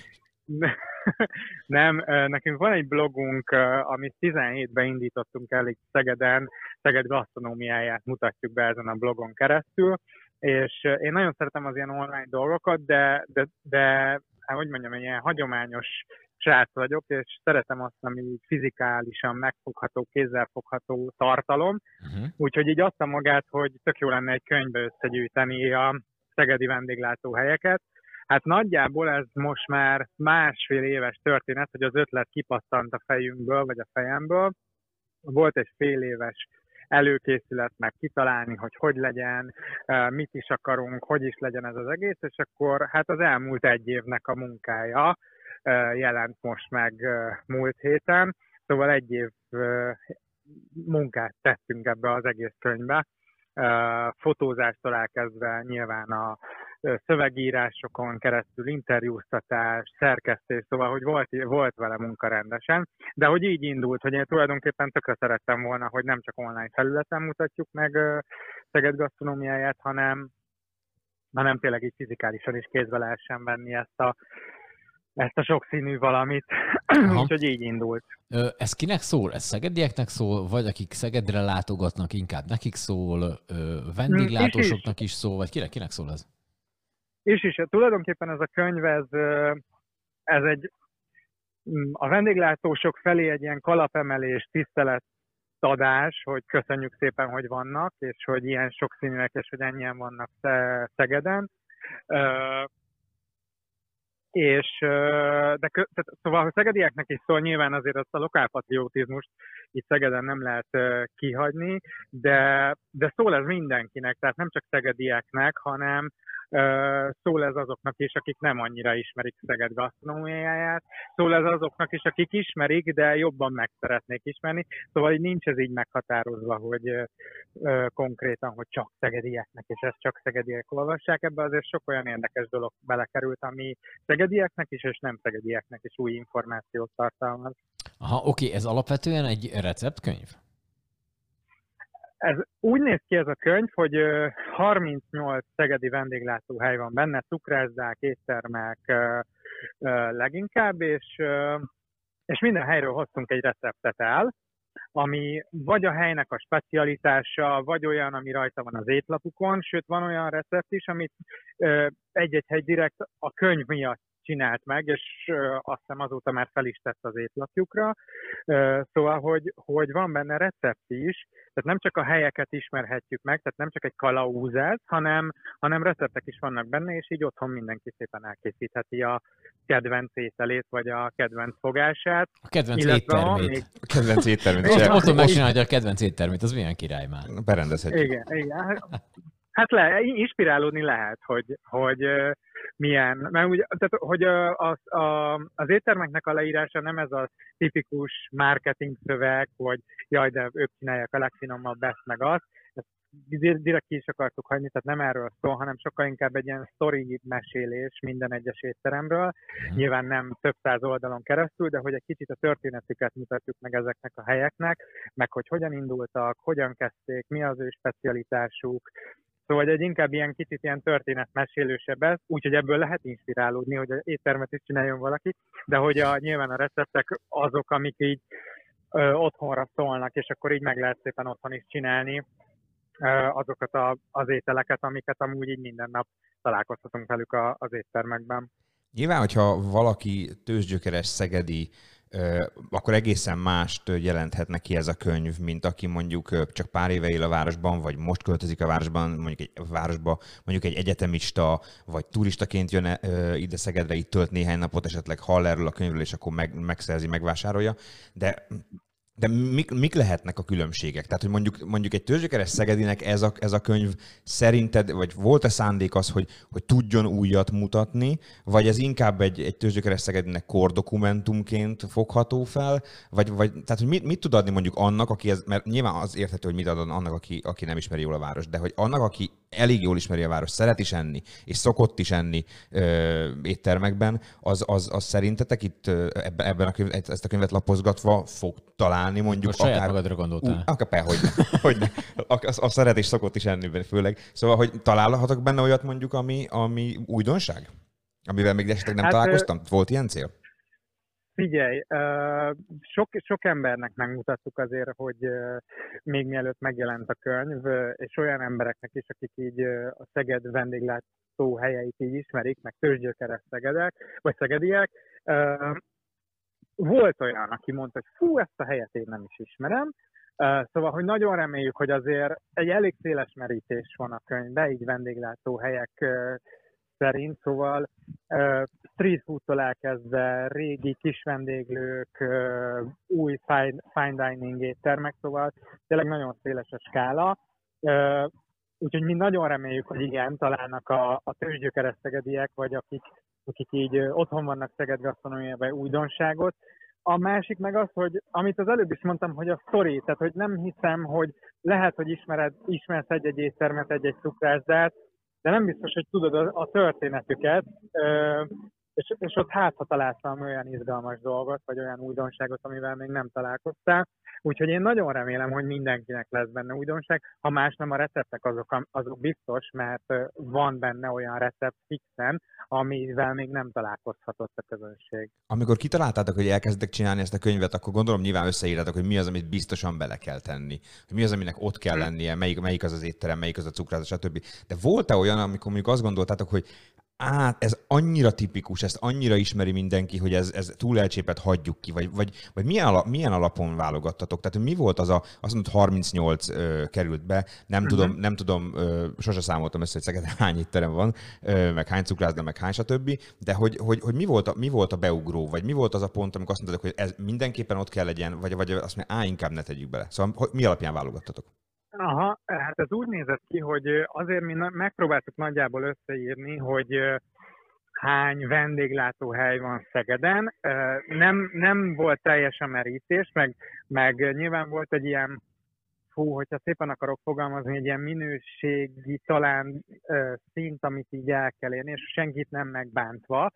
Speaker 4: Nem, nekünk van egy blogunk, amit 17-ben indítottunk el itt Szegeden, Szeged gasztronómiáját mutatjuk be ezen a blogon keresztül, és én nagyon szeretem az ilyen online dolgokat, de hogy mondjam, ilyen hagyományos srác vagyok, és szeretem azt, ami így fizikálisan megfogható, kézzelfogható tartalom, úgyhogy így adta magát, hogy tök jó lenne egy könyvbe összegyűjteni a szegedi vendéglátóhelyeket. Hát nagyjából ez most már 1,5 éves történet, hogy az ötlet kipattant a fejünkből, vagy a fejemből. Volt egy fél éves előkészület, meg kitalálni, hogy legyen, mit is akarunk, hogy is legyen ez az egész, és akkor hát az elmúlt 1 évnek a munkája jelent most meg múlt héten. Szóval 1 év munkát tettünk ebbe az egész könyvbe. Fotózástól elkezdve nyilván a szövegírásokon keresztül, interjúztatás, szerkesztés, szóval, hogy volt vele munka rendesen, de hogy így indult, hogy én tulajdonképpen tökre szerettem volna, hogy nem csak online felületen mutatjuk meg Szeged gasztronómiáját, hanem tényleg így fizikálisan is kézbe lehessen venni ezt a sokszínű valamit, úgyhogy így indult.
Speaker 1: Ez kinek szól? Ez szegedieknek szól, vagy akik Szegedre látogatnak, inkább nekik szól, vendéglátósoknak is szól, vagy kinek szól ez?
Speaker 4: És tulajdonképpen ez a könyv, ez a vendéglátósok felé egy ilyen kalapemelés, tiszteletadás, hogy köszönjük szépen, hogy vannak, és hogy ilyen sokszínűek, és hogy ennyien vannak Szegeden. Szóval, hogy szegedieknek is szól, nyilván azért azt a lokálpatriotizmust itt Szegeden nem lehet kihagyni, de szól ez mindenkinek, tehát nem csak szegedieknek, hanem szól ez azoknak is, akik nem annyira ismerik Szeged gasztronómiáját, szól ez azoknak is, akik ismerik, de jobban meg szeretnék ismerni, szóval így nincs ez így meghatározva, hogy konkrétan, hogy csak szegedieknek, és ezt csak szegediek olvassák, ebbe azért sok olyan érdekes dolog belekerült, ami szegedieknek is, és nem szegedieknek is új információt tartalmaz.
Speaker 1: Aha, oké, ez alapvetően egy receptkönyv?
Speaker 4: Ez úgy néz ki ez a könyv, hogy 38 szegedi vendéglátóhely van benne, cukrászdák, éttermek leginkább, és minden helyről hoztunk egy receptet el, ami vagy a helynek a specialitása, vagy olyan, ami rajta van az étlapukon, sőt van olyan recept is, amit egy-egy hely direkt a könyv miatt csinált meg, és azt hiszem azóta már fel is tett az étlapjukra. Szóval, hogy van benne recept is, tehát nem csak a helyeket ismerhetjük meg, tehát nem csak egy kalauzás, hanem receptek is vannak benne, és így otthon mindenki szépen elkészítheti a kedvenc ételét, vagy a kedvenc fogását.
Speaker 1: A kedvenc éttermét.
Speaker 2: A kedvenc éttermét.
Speaker 1: Otthon megcsinálja a kedvenc éttermét, az milyen király már.
Speaker 2: Berendezhetjük.
Speaker 4: Igen. Hát inspirálódni lehet, hogy milyen, mert úgy, tehát, hogy az éttermeknek a leírása nem ez a tipikus marketing szöveg, hogy jaj, de ők csinálják a legfinomabb ezt meg azt, ezt direkt ki is akartuk hagyni, tehát nem erről szól, hanem sokkal inkább egy ilyen sztori mesélés minden egyes étteremről, nyilván nem több száz oldalon keresztül, de hogy egy kicsit a történetüket mutatjuk meg ezeknek a helyeknek, meg hogy hogyan indultak, hogyan kezdték, mi az ő specialitásuk. Szóval egy inkább ilyen kicsit ilyen történetmesélősebb ez, úgyhogy ebből lehet inspirálódni, hogy az éttermet is csináljon valaki, de hogy nyilván a receptek azok, amik így otthonra szólnak, és akkor így meg lehet szépen otthon is csinálni azokat az ételeket, amiket amúgy így minden nap találkozhatunk velük az éttermekben.
Speaker 2: Nyilván, hogyha valaki tőzsgyökeres szegedi, akkor egészen mást jelenthet neki ez a könyv, mint aki mondjuk csak pár éve él a városban, vagy most költözik a városban, mondjuk egy egyetemista, vagy turistaként jön ide Szegedre, itt tölt néhány napot, esetleg hall erről a könyvről, és akkor megszerzi, megvásárolja. De mik lehetnek a különbségek? Tehát, hogy mondjuk egy tőzsgyökeres szegedinek ez a könyv szerinted, vagy volt-e szándék az, hogy tudjon újat mutatni, vagy ez inkább egy tőzsgyökeres szegedinek kordokumentumként fogható fel, vagy tehát, hogy mit tud adni mondjuk annak, mert nyilván az érthető, hogy mit ad annak, aki nem ismeri jól a város, de hogy annak, aki elég jól ismeri a város, szeret is enni, és szokott is enni éttermekben, az szerintetek itt ebben ezt a könyvet lapozgatva fog találni mondjuk
Speaker 1: a saját magadra gondoltál.
Speaker 2: Akár hogyne. A szeret és szokott is enni főleg. Szóval, hogy találhatok benne olyat mondjuk, ami újdonság? Amivel még esetleg nem találkoztam? Volt ilyen cél?
Speaker 4: Figyelj, sok embernek megmutattuk azért, hogy még mielőtt megjelent a könyv, és olyan embereknek is, akik így a Szeged vendéglátó helyeit így ismerik, meg tőzsgyökeres szegedek, vagy szegediek. Volt olyan, aki mondta, hogy fú, ezt a helyet én nem is ismerem. Szóval, hogy nagyon reméljük, hogy azért egy elég széles merítés van a könyvben, így vendéglátó helyek szerint, szóval street foodtól elkezdve régi kis vendéglők, új fine dining éttermek, szóval tényleg nagyon széles a skála. Úgyhogy mi nagyon reméljük, hogy igen, találnak a tőzsgyökeres szegediek, vagy akik így otthon vannak Szeged gasztronómiában újdonságot. A másik meg az, hogy amit az előbb is mondtam, hogy a sztori, tehát hogy nem hiszem, hogy lehet, hogy ismersz egy-egy éttermet, egy-egy cukrászdát, de nem biztos, hogy tudod a történetüket, és ott ha találsz olyan izgalmas dolgot, vagy olyan újdonságot, amivel még nem találkoztál. Úgyhogy én nagyon remélem, hogy mindenkinek lesz benne újdonság. Ha más nem, a receptek azok biztos, mert van benne olyan recept fixen, amivel még nem találkozhatott a közönség.
Speaker 2: Amikor kitaláltátok, hogy elkezditek csinálni ezt a könyvet, akkor gondolom nyilván összeírtátok, hogy mi az, amit biztosan bele kell tenni. Hogy mi az, aminek ott kell lennie, melyik az az étterem, melyik az a cukrázat, stb. De volt-e olyan, amikor mondjuk azt gondoltátok, hogy ez annyira tipikus, ezt annyira ismeri mindenki, hogy ez túl elcsépet, hagyjuk ki, vagy milyen alapon válogattatok? Tehát mi volt azt mondod, 38 került be, nem tudom, sose számoltam össze, hogy Szegeden hány étterem van, meg hány cukrászda, meg hány stb. De hogy mi volt a beugró, vagy mi volt az a pont, amikor azt mondtad, hogy ez mindenképpen ott kell legyen, vagy azt mondja, inkább ne tegyük bele. Szóval mi alapján válogattatok?
Speaker 4: Aha, hát ez úgy nézett ki, hogy azért mi megpróbáltuk nagyjából összeírni, hogy hány vendéglátóhely van Szegeden. Nem volt teljes a merítés, meg nyilván volt egy ilyen, hogyha szépen akarok fogalmazni, egy ilyen minőségi talán szint, amit így el kell érni, és senkit nem megbántva,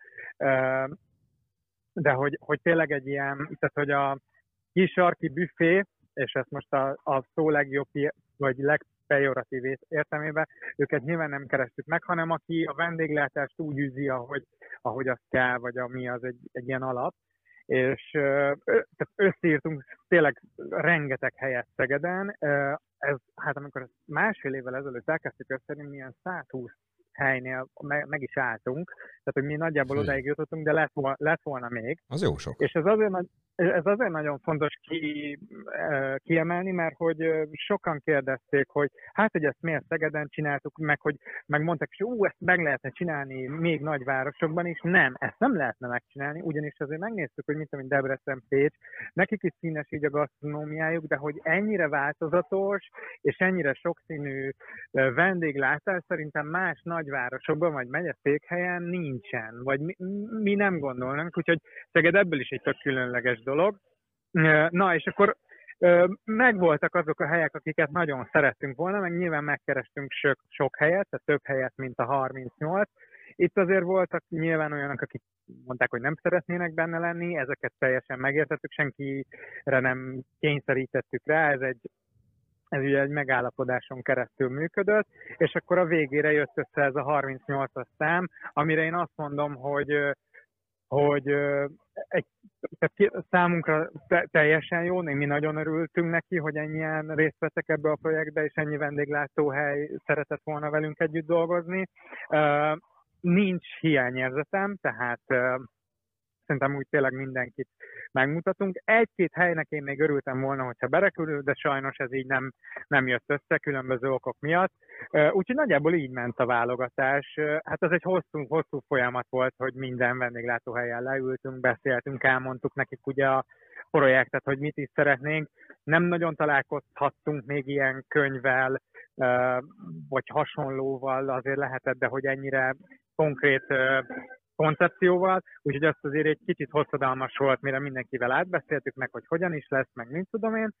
Speaker 4: de hogy tényleg egy ilyen, tehát hogy a kis sarki büfé, és ezt most a szó legjobb, vagy legpejoratív értelmében, őket nyilván nem kerestük meg, hanem aki a vendéglátást úgy űzi, ahogy azt kell, vagy ami az egy ilyen alap. És tehát összeírtunk tényleg rengeteg helyet Szegeden. Hát amikor másfél évvel ezelőtt elkezdtük összeírni, ilyen 120 helynél meg is álltunk, tehát hogy mi nagyjából odáig jutottunk, de lett volna még.
Speaker 2: Az jó sok.
Speaker 4: És ez azért nagyon fontos kiemelni, mert hogy sokan kérdezték, hogy hát, hogy ezt miért Szegeden csináltuk, meg mondták, hogy ezt meg lehetne csinálni még nagyvárosokban is. Nem, ezt nem lehetne megcsinálni, ugyanis azért megnéztük, hogy mint Debrecen, Pécs, nekik is színes így a gasztronómiájuk, de hogy ennyire változatos, és ennyire sokszínű vendéglátás szerintem más nagyvárosokban, vagy megyeszékhelyen nincsen, vagy mi nem gondolnánk, úgyhogy Szeged ebből is egy tök különleges dolog. Na, és akkor megvoltak azok a helyek, akiket nagyon szerettünk volna, meg nyilván megkerestünk sok helyet, tehát több helyet, mint a 38. Itt azért voltak nyilván olyanok, akik mondták, hogy nem szeretnének benne lenni, ezeket teljesen megértettük, senkire nem kényszerítettük rá, ez ugye egy megállapodáson keresztül működött, és akkor a végére jött össze ez a 38-as szám, amire én azt mondom, hogy tehát számunkra teljesen jó, mi nagyon örültünk neki, hogy ennyien részt vettek ebbe a projektbe, és ennyi vendéglátóhely szeretett volna velünk együtt dolgozni. Nincs hiányérzetem, tehát szerintem úgy tényleg mindenkit megmutatunk. Egy-két helynek én még örültem volna, hogyha berekül, de sajnos ez így nem jött össze különböző okok miatt. Úgyhogy nagyjából így ment a válogatás. Hát ez egy hosszú folyamat volt, hogy minden vendéglátóhelyen leültünk, beszéltünk, elmondtuk nekik ugye a projektet, hogy mit is szeretnénk. Nem nagyon találkozhattunk még ilyen könyvvel, vagy hasonlóval azért lehetett, de hogy ennyire konkrét koncepcióval, úgyhogy azt azért egy kicsit hosszadalmas volt, mire mindenkivel átbeszéltük meg, hogy hogyan is lesz, meg mint tudom én.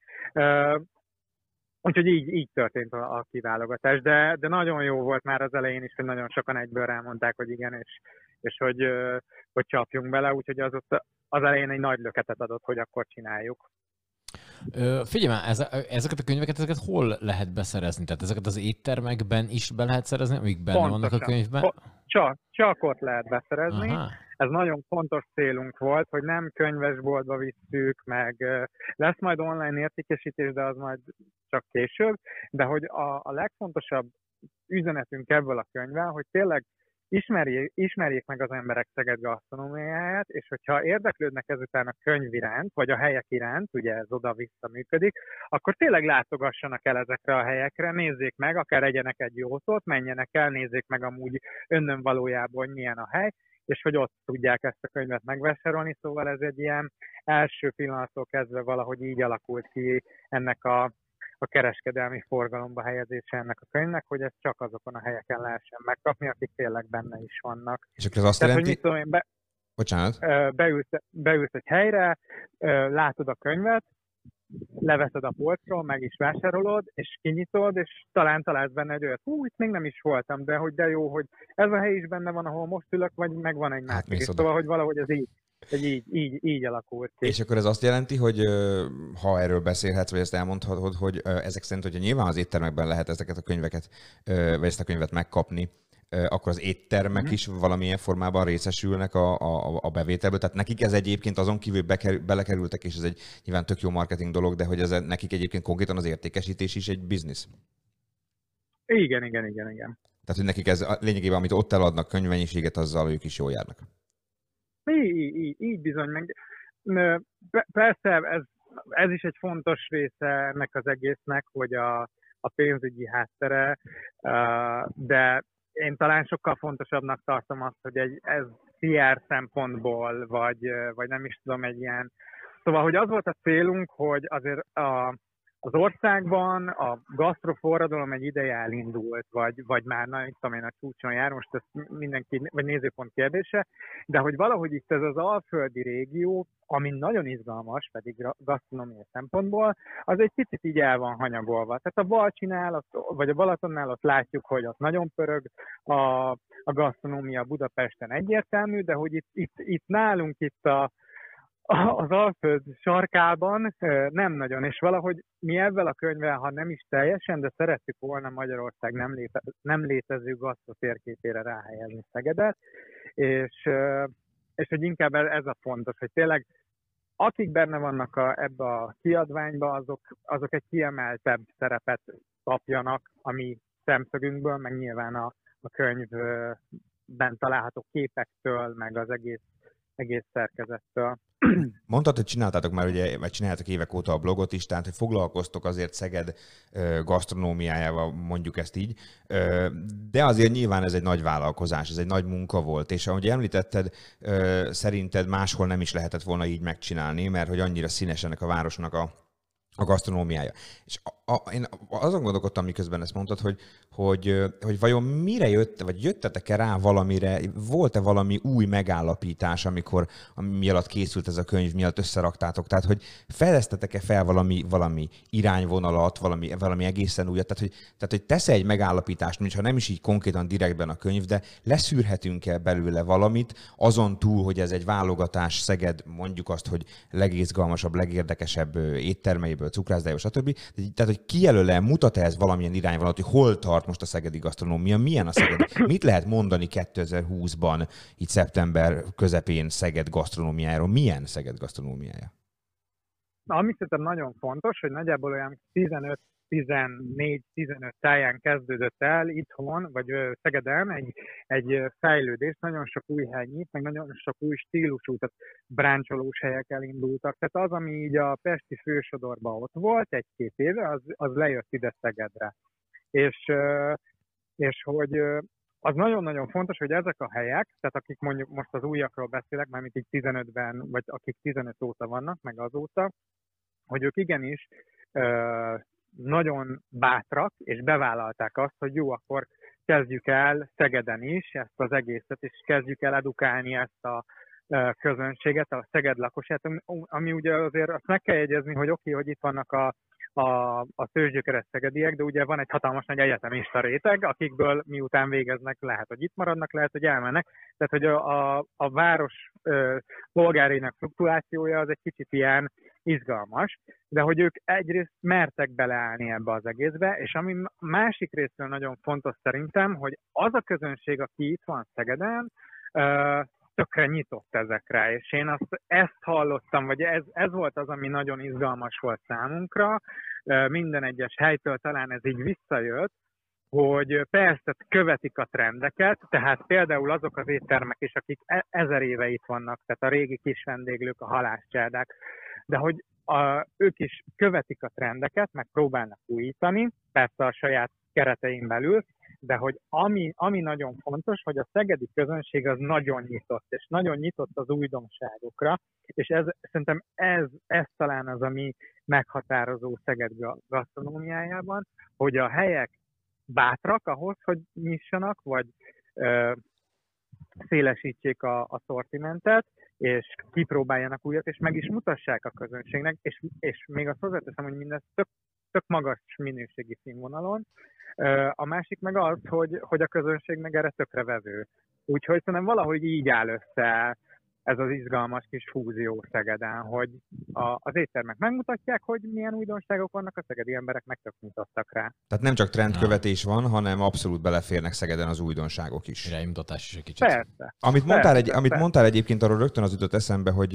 Speaker 4: Úgyhogy így történt a kiválogatás, de nagyon jó volt már az elején is, hogy nagyon sokan egyből rámondták, hogy igen, és hogy csapjunk bele, úgyhogy az elején egy nagy löketet adott, hogy akkor csináljuk.
Speaker 1: Figyelj már, ezeket a könyveket hol lehet beszerezni? Tehát ezeket az éttermekben is be lehet szerezni, amik benne vannak a könyvben?
Speaker 4: Csak ott lehet beszerezni.
Speaker 1: Aha.
Speaker 4: Ez nagyon fontos célunk volt, hogy nem könyvesboltba visszük, meg lesz majd online értékesítés, de az majd csak később, de hogy a legfontosabb üzenetünk ebből a könyvvel, hogy tényleg ismerjék meg az emberek Szeged gasztronómiáját, és hogyha érdeklődnek ezután a könyv iránt, vagy a helyek iránt, ugye ez oda-vissza működik, akkor tényleg látogassanak el ezekre a helyekre, nézzék meg, akár egyenek egy jótót, menjenek el, nézzék meg amúgy önnön valójában, hogy milyen a hely, és hogy ott tudják ezt a könyvet megvásárolni, szóval ez egy ilyen első pillanattól kezdve valahogy így alakult ki ennek a kereskedelmi forgalomba helyezése ennek a könyvnek, hogy ezt csak azokon a helyeken lehessen megkapni, akik tényleg benne is vannak.
Speaker 2: És akkor ez azt jelenti... Hogy mit tudom én,
Speaker 4: beülsz egy helyre, látod a könyvet, leveszed a polcról, meg is vásárolod, és kinyitod, és talán találsz benne egy olyat, itt még nem is voltam, de hogy de jó, hogy ez a hely is benne van, ahol most ülök, vagy megvan egy másik. És szóval, hogy valahogy ez így alakult ki.
Speaker 2: És akkor ez azt jelenti, hogy ha erről beszélhetsz, vagy ezt elmondhatod, hogy ezek szerint, hogyha nyilván az éttermekben lehet ezeket a könyveket, vagy ezt a könyvet megkapni, akkor az éttermek is valamilyen formában részesülnek a bevételből. Tehát nekik ez egyébként azon kívül belekerültek, és ez egy nyilván tök jó marketing dolog, de hogy ez nekik egyébként konkrétan az értékesítés is egy biznisz.
Speaker 4: Igen.
Speaker 2: Tehát, hogy nekik ez lényegében, amit ott eladnak könyvmennyiséget, azzal ők is jól járnak.
Speaker 4: Így bizony. Meg, persze ez is egy fontos része ennek az egésznek, hogy a pénzügyi háttere, de én talán sokkal fontosabbnak tartom azt, hogy ez PR szempontból, vagy nem is tudom, egy ilyen... Szóval, hogy az volt a célunk, hogy azért az országban a gasztroforradalom egy ideje elindult, vagy már nem tudom én, a csúcson jár, most ez mindenki, vagy nézőpont kérdése, de hogy valahogy itt ez az alföldi régió, ami nagyon izgalmas, pedig gasztronómiai szempontból, az egy picit így el van hanyagolva. Tehát a Balcsinál, vagy a Balatonnál ott látjuk, hogy ott nagyon pörög a gasztronómia Budapesten egyértelmű, de hogy itt nálunk az Alföld sarkában nem nagyon, és valahogy mi ezzel a könyvvel, ha nem is teljesen, de szerettük volna Magyarország nem létező gasztro térképére ráhelyezni Szegedet, és hogy inkább ez a fontos, hogy tényleg akik benne vannak ebbe a kiadványba, azok egy kiemeltebb szerepet kapjanak a mi szemszögünkből, meg nyilván a könyvben található képektől, meg az egész szerkezettől.
Speaker 2: Mondtad, hogy csináltátok már, ugye, vagy csináltak évek óta a blogot is, tehát hogy foglalkoztok azért Szeged gasztronómiájával, mondjuk ezt így, de azért nyilván ez egy nagy vállalkozás, ez egy nagy munka volt, és ahogy említetted, szerinted máshol nem is lehetett volna így megcsinálni, mert hogy annyira színes ennek a városnak a gasztronómiája. És én azon gondolkodtam, miközben ezt mondtad, hogy vajon mire jöttetek-e rá valamire, volt-e valami új megállapítás, ami alatt készült ez a könyv, miatt összeraktátok, tehát hogy fedeztetek-e fel valami irányvonalat, valami egészen újat, tehát hogy tesz-e egy megállapítást, mintha nem is így konkrétan direktben a könyv, de leszűrhetünk-e belőle valamit, azon túl, hogy ez egy válogatás, Szeged, mondjuk azt, hogy legizgalmasabb, legérdekesebb éttermeiből, cukrászdájából, stb. Tehát, hogy kijelöl-e, mutat-e ez valamilyen irányvonalat, hogy hol tart most a szegedi gasztronómia, milyen a Szeged? Mit lehet mondani 2020-ban, itt szeptember közepén Szeged gasztronómiájáról? Milyen Szeged gasztronómiája?
Speaker 4: Ami szerintem nagyon fontos, hogy nagyjából olyan 14-15 táján kezdődött el itthon, vagy Szegeden egy fejlődés, nagyon sok új hely nyit, meg nagyon sok új stílusú, tehát bráncsolós helyek elindultak. Tehát az, ami így a pesti fősodorban ott volt 1-2 éve, az lejött ide Szegedre. És hogy az nagyon-nagyon fontos, hogy ezek a helyek, tehát akik mondjuk most az újakról beszélek, mármint így 15-ben, vagy akik 15 óta vannak, meg azóta, hogy ők igenis nagyon bátrak, és bevállalták azt, hogy jó, akkor kezdjük el Szegeden is ezt az egészet, és kezdjük el edukálni ezt a közönséget, a Szeged lakosát, ami ugye azért azt meg kell jegyezni, hogy oké, hogy itt vannak a tőzsgyökeres szegediek, de ugye van egy hatalmas nagy egyetemista réteg, akikből miután végeznek, lehet, hogy itt maradnak, lehet, hogy elmennek. Tehát, hogy a város polgárének fluktuációja az egy kicsit ilyen izgalmas, de hogy ők egyrészt mertek beleállni ebbe az egészbe, és ami másik részről nagyon fontos szerintem, hogy az a közönség, aki itt van Szegeden, tökre nyitott ezekre, és én ezt hallottam, vagy ez volt az, ami nagyon izgalmas volt számunkra. Minden egyes helytől talán ez így visszajött, hogy persze követik a trendeket, tehát például azok az éttermek is, akik 1000 éve itt vannak, tehát a régi kis vendéglők, a halászcsárdák, de hogy ők is követik a trendeket, meg próbálnak újítani, persze a saját keretein belül, de hogy ami nagyon fontos, hogy a szegedi közönség az nagyon nyitott, és nagyon nyitott az újdonságokra, és szerintem ez talán az, ami meghatározó Szeged gasztronómiájában, hogy a helyek bátrak ahhoz, hogy nyissanak, vagy szélesítsék a szortimentet, és kipróbáljanak újat, és meg is mutassák a közönségnek, és még azt hozzáteszem, hogy mindez tök magas minőségi színvonalon. A másik meg az, hogy a közönség meg erre tökre vevő. Úgyhogy szerintem valahogy így áll össze ez az izgalmas kis fúzió Szegeden, hogy az éttermek megmutatják, hogy milyen újdonságok vannak, a szegedi emberek meg tök mutattak rá.
Speaker 2: Tehát nem csak trendkövetés van, hanem abszolút beleférnek Szegeden az újdonságok is.
Speaker 1: Iránymutatás is egy kicsit.
Speaker 4: Persze.
Speaker 2: Amit mondtál egyébként, arról rögtön az jutott eszembe, hogy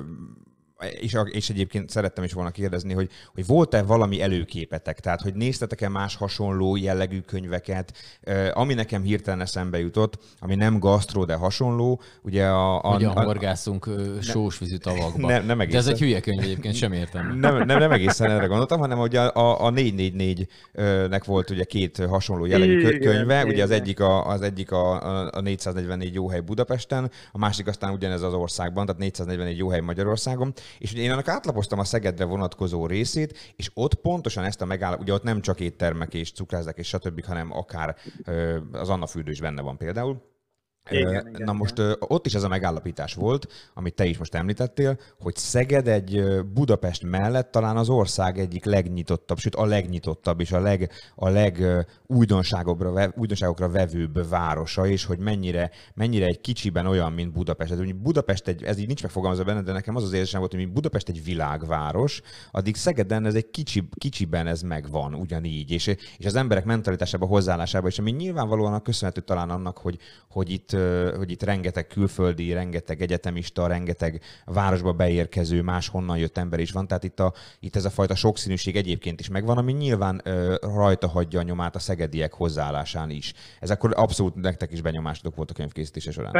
Speaker 2: és egyébként szerettem is volna kérdezni, hogy volt-e valami előképetek, tehát hogy néztetek-e más hasonló jellegű könyveket, ami nekem hirtelen eszembe jutott, ami nem gasztró, de hasonló, ugye
Speaker 1: Hogyan horgászunk sósvízű tavakba.
Speaker 2: Nem
Speaker 1: de ez egy hülye könyv egyébként, sem értem.
Speaker 2: Nem egészen erre gondoltam, hanem ugye a 444-nek volt ugye két hasonló jellegű könyve, ugye az egyik a 444 jó hely Budapesten, a másik aztán ugyanez az országban, tehát 444 jó hely Magyarországon. És ugye én annak átlapoztam a Szegedre vonatkozó részét, és ott pontosan ezt a ugye ott nem csak éttermek és cukrászák és stb., hanem akár az Anna fürdő is benne van például.
Speaker 4: Igen,
Speaker 2: most ott is ez a megállapítás volt, amit te is most említettél, hogy Szeged egy Budapest mellett talán az ország egyik legnyitottabb, sőt a legnyitottabb és a legújdonságokra vevőbb városa, és hogy mennyire egy kicsiben olyan, mint Budapest. Ez, Budapest ez így nincs megfogalmazva benne, de nekem az az érzésem volt, hogy Budapest egy világváros, addig Szegeden ez egy kicsiben ez megvan ugyanígy, és az emberek mentalitásában, hozzáállásában, és ami nyilvánvalóan köszönhető talán annak, hogy itt rengeteg külföldi, rengeteg egyetemista, rengeteg városba beérkező, máshonnan jött ember is van, tehát itt ez a fajta sokszínűség egyébként is megvan, ami nyilván rajta hagyja a nyomát a szegediek hozzáállásán is. Ez akkor abszolút nektek is benyomásotok volt a könyvkészítése során.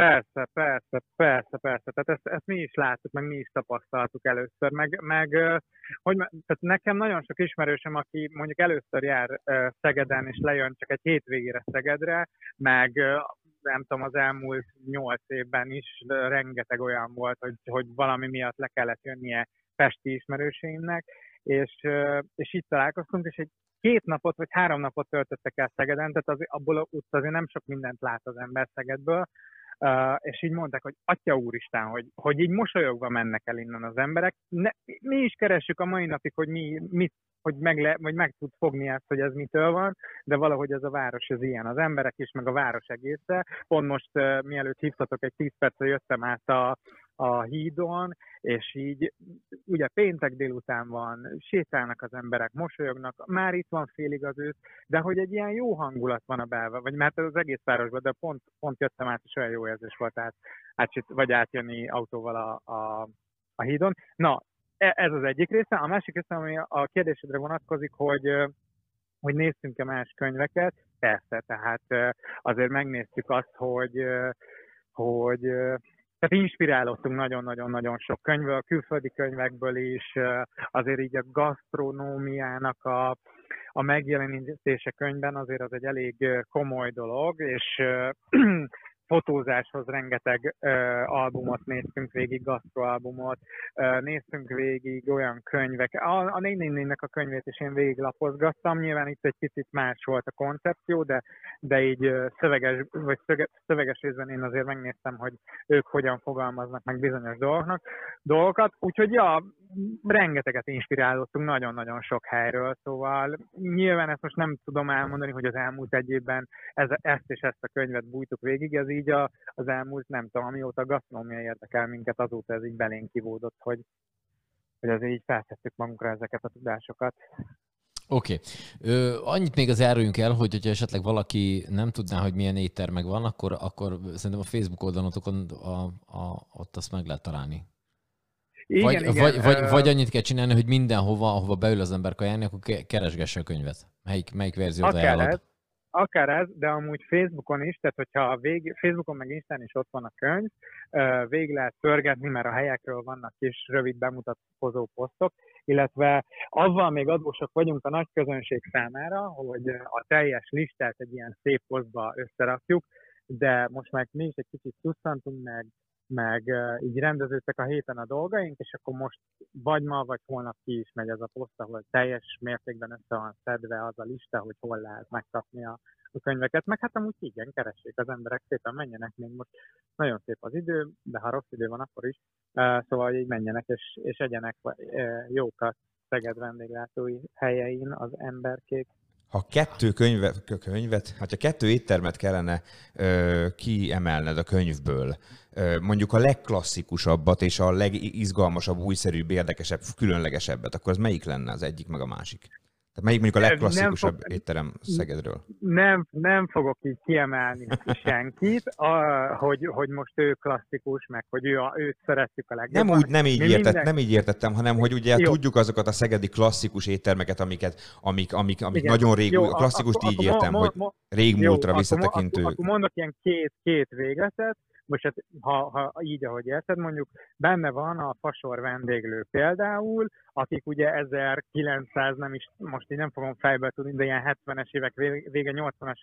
Speaker 4: Persze. Tehát ezt mi is láttuk, meg mi is tapasztaltuk először, tehát nekem nagyon sok ismerősöm, aki mondjuk először jár Szegeden, és lejön csak egy hétvégére Szegedre, meg nem tudom, az elmúlt 8 évben is rengeteg olyan volt, hogy valami miatt le kellett jönnie pesti ismerőseimnek, és itt találkoztunk, és egy 2 napot vagy 3 napot töltöttek el Szegeden, tehát abból azért nem sok mindent lát az ember Szegedből, és így mondták, hogy Atya Úristen, hogy így mosolyogva mennek el innen az emberek. Mi is keressük a mai napig, hogy meg tud fogni ezt, hogy ez mitől van, de valahogy ez a város ez ilyen. Az emberek is, meg a város egésze. Pont most, mielőtt hívtatok, egy 10 percre jöttem át a hídon, és így ugye péntek délután van, sétálnak az emberek, mosolyognak, már itt van félig az ősz, de hogy egy ilyen jó hangulat van a belve, vagy mert az egész városban, de pont jöttem át, és olyan jó érzés volt átjönni autóval a hídon. Na, ez az egyik része. A másik része, ami a kérdésedre vonatkozik, hogy néztünk-e más könyveket. Persze, tehát azért megnéztük azt, hogy tehát inspirálódtunk nagyon-nagyon-nagyon sok könyvből, a külföldi könyvekből is, azért így a gasztronómiának a megjelenítése könyvben azért az egy elég komoly dolog, és fotózáshoz rengeteg albumot néztünk végig, gasztroalbumot, néztünk végig olyan könyvek. A 444-nek a könyvét is én végiglapozgattam, nyilván itt egy picit más volt a koncepció, de így szöveges részben én azért megnéztem, hogy ők hogyan fogalmaznak meg bizonyos dolgokat, úgyhogy rengeteget inspirálódtunk nagyon-nagyon sok helyről, szóval nyilván ezt most nem tudom elmondani, hogy az elmúlt egy évben ezt és ezt a könyvet bújtuk végig, ez így az elmúlt, nem tudom, amióta a gasztronómia érdekel minket, azóta ez így belénk kivódott, hogy azért így feltettük magunkra ezeket a tudásokat.
Speaker 1: Oké. Annyit még az járuljunk el, hogyha esetleg valaki nem tudná, hogy milyen éttermek van, akkor szerintem a Facebook oldalotokon ott azt meg lehet találni.
Speaker 4: Igen.
Speaker 1: Vagy annyit kell csinálni, hogy mindenhova, ahova beül az ember kajálni, akkor keresgesse a könyvet. Melyik verziót ajánlod?
Speaker 4: Akár ez, de amúgy Facebookon is, tehát hogyha Facebookon meg Instán is ott van a könyv, végig lehet pörgetni, mert a helyekről vannak kis rövid bemutatkozó posztok, illetve avval még adósak vagyunk a nagy közönség számára, hogy a teljes listát egy ilyen szép posztba összerakjuk, de most meg mi is egy kicsit szusszantunk, meg így rendeződtek a héten a dolgaink, és akkor most vagy ma, vagy holnap ki is megy ez a poszt, ahol teljes mértékben össze van szedve az a lista, hogy hol lehet megkapni a a könyveket, meg hát amúgy igen, keressék az emberek, szépen menjenek, még most nagyon szép az idő, de ha rossz idő van, akkor is. Szóval így menjenek és egyenek jókat Szeged vendéglátói helyein az emberkék.
Speaker 2: Ha kettő éttermet kellene kiemelned a könyvből, mondjuk a legklasszikusabbat és a legizgalmasabb, újszerűbb, érdekesebb, különlegesebbet, akkor az melyik lenne az egyik meg a másik? Tehát melyik mondjuk a legklasszikusabb étterem Szegedről?
Speaker 4: Nem fogok így kiemelni senkit, hogy most ő klasszikus, meg hogy őt szeretjük a legjobban.
Speaker 2: Nem így értettem, hanem hogy ugye tudjuk azokat a szegedi klasszikus éttermeket, amik nagyon régúl, a klasszikust így értem, hogy régmúltra visszatekintő.
Speaker 4: Akkor mondok ilyen két végletet. Most hát, ha így, ahogy érted, mondjuk benne van a Fasor vendéglő például, akik ugye 1900, nem is, most így nem fogom fejből tudni, de ilyen 70-es évek vége,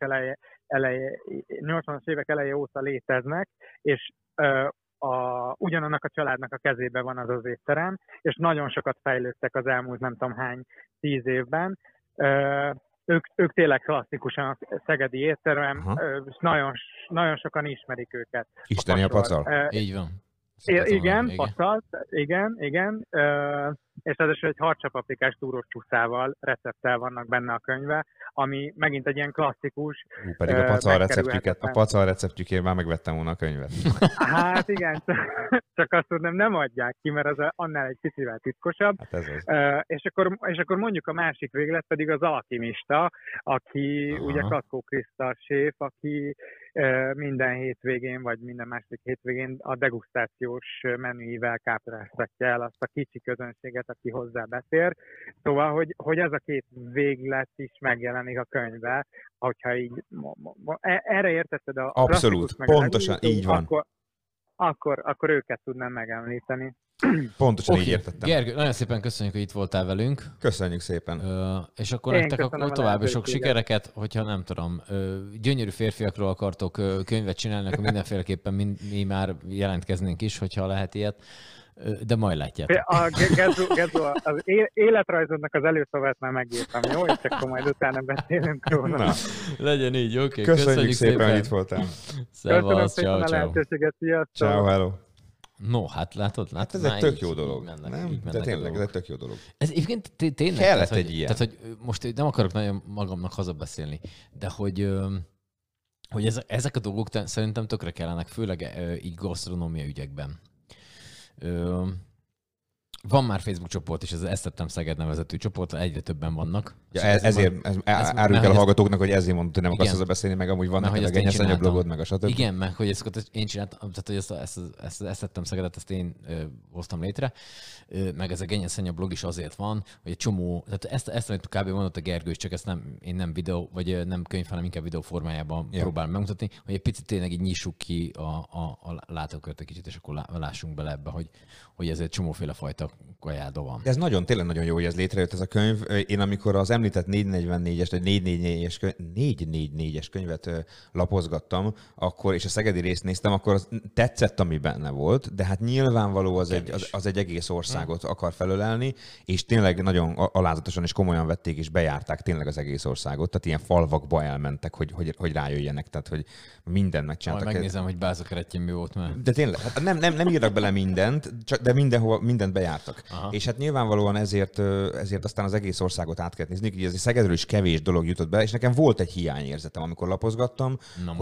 Speaker 4: 80-as évek eleje óta léteznek, és ugyanannak a családnak a kezében van az étterem, és nagyon sokat fejlődtek az elmúlt nem tudom hány 10 évben. Ők tényleg klasszikusan a szegedi étterem, és nagyon sokan ismerik őket.
Speaker 2: Isteni a pacal?
Speaker 1: Így van.
Speaker 4: Igen, pacal, igen. És ráadásul egy harcsapaprikás túrós csúszával, recepttel vannak benne a könyve, ami megint egy ilyen klasszikus.
Speaker 2: Pedig a pacal receptjükért már megvettem volna a könyvet.
Speaker 4: Hát igen, csak azt mondom, nem adják ki, mert az annál egy picivel titkosabb.
Speaker 2: Hát ez az.
Speaker 4: És akkor mondjuk a másik véglet pedig az alkimista, aki ugye Katkó Kriszta séf, aki minden hétvégén, vagy minden második hétvégén a degustációs menüivel kápráztatja el azt a kicsi közönséget, aki hozzá beszél. Szóval, hogy ez a két véglet is megjelenik a könyvbe, hogyha így erre értetted a
Speaker 2: abszolút, pontosan, így van.
Speaker 4: Akkor őket tudnám megemlíteni.
Speaker 2: Pontosan így értettem.
Speaker 1: Gergő, nagyon szépen köszönjük, hogy itt voltál velünk.
Speaker 2: Köszönjük szépen.
Speaker 1: És akkor nektek akkor további sok sikereket, hogyha nem tudom, gyönyörű férfiakról akartok könyvet csinálni, akkor mindenféleképpen mi már jelentkeznénk is, hogyha lehet ilyet. De majd látjátok.
Speaker 4: Gezo, az életrajzodnak az előszavát már megírtam, jó? És akkor majd utána beszélünk róla.
Speaker 2: Na.
Speaker 1: Legyen így, oké.
Speaker 2: Köszönjük szépen, hogy itt voltál.
Speaker 1: Szevasz, ciao.
Speaker 4: Ciao,
Speaker 2: hello.
Speaker 1: No, hát látod?
Speaker 2: Hát ez egy tök jó dolog. Nem? De tényleg, ez egy tök jó dolog.
Speaker 1: Ez egyébként tényleg.
Speaker 2: Kellett egy ilyen.
Speaker 1: Tehát, hogy most nem akarok nagyon magamnak hazabeszélni, de hogy ezek a dolgok szerintem tökre kellenek, főleg így gasztronómia ügyekben. Van már Facebook csoport, és ez Ezt tettem Szeged nevezetű csoport, egyre többen vannak.
Speaker 2: Ja, ezért áruljuk el a hallgatóknak, hogy ezért mondod, hogy nem akarsz hozzá meg amúgy van neked a Genyeszenya blogod, meg a stb.
Speaker 1: Igen, meg hogy ezt én csináltam, tehát hogy ezt tettem Szegedet, ezt én hoztam létre, meg ez a Genyeszenya blog is azért van, hogy egy csomó, tehát ezt amit kb. Mondott a Gergő, csak ezt én nem videó, vagy nem könyv, hanem inkább videó formájában próbálom megmutatni, hogy egy picit tényleg így nyissuk ki a látókört egy kicsit, és akkor lássunk bele ebbe, hogy ez egy csomóféle fajta kajádó van.
Speaker 2: Ez tényleg nagyon jó, hogy ez létrejött ez a könyv. Én amikor az említett 444-es, vagy 444-es könyvet lapozgattam, akkor, és a szegedi részt néztem, akkor az tetszett, ami benne volt, de hát nyilvánvaló az egy egész országot akar felölelni, és tényleg nagyon alázatosan és komolyan vették, és bejárták tényleg az egész országot, tehát ilyen falvakba elmentek, hogy rájöjjenek, tehát hogy mindent megcsináltak.
Speaker 1: Majd megnézem, hogy Bázakerettyén mi volt már.
Speaker 2: De tényleg, hát nem írnak bele mindent, de mindent bejártak. Aha. És hát nyilvánvalóan ezért aztán az egész országot át kellett nézni, hogy ez Szegedről is kevés dolog jutott be, és nekem volt egy hiányérzetem, amikor lapozgattam,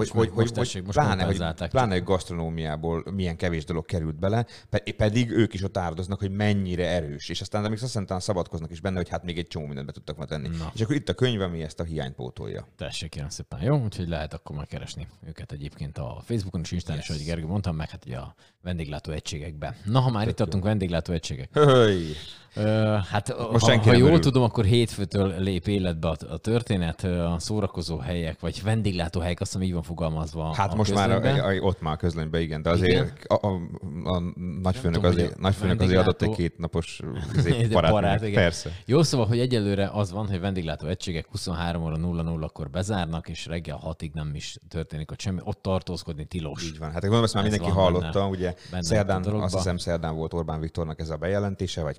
Speaker 2: pláne gasztronómiából milyen kevés dolog került bele, pedig ők is ott áradoznak, hogy mennyire erős. És aztán még aztán szabadkoznak is benne, hogy hát még egy csomó mindent be tudtak ma tenni. Na. És akkor itt a könyv, ami ezt a hiányt pótolja.
Speaker 1: Tessék, kérem szépen. Jó, úgyhogy lehet akkor már keresni őket egyébként a Facebookon és Instán is, ahogy Gergő mondtam, meg hát ugye a vendéglátó egységekben. Na, ha már itt adtunk vendéglátó egységek. Hát ha jól tudom, akkor hétfőtől lép életbe a történet, a szórakozó helyek, vagy vendéglátó helyek, azt hiszem így van fogalmazva.
Speaker 2: Hát most közlönyben. Már ott már közlönyben, igen, de azért a nagyfőnök azért adott egy 2 napos barát. Persze.
Speaker 1: Jó, szóval, hogy egyelőre az van, hogy vendéglátó egységek 23:00-akkor bezárnak, és reggel 6-ig nem is történik ott semmi, ott tartózkodni tilos.
Speaker 2: Így van. Hát gondolom, ezt már mindenki hallotta, ugye szerdán, azt hiszem szerdán volt Orbán Viktornak ez a bejelentése, vagy kedden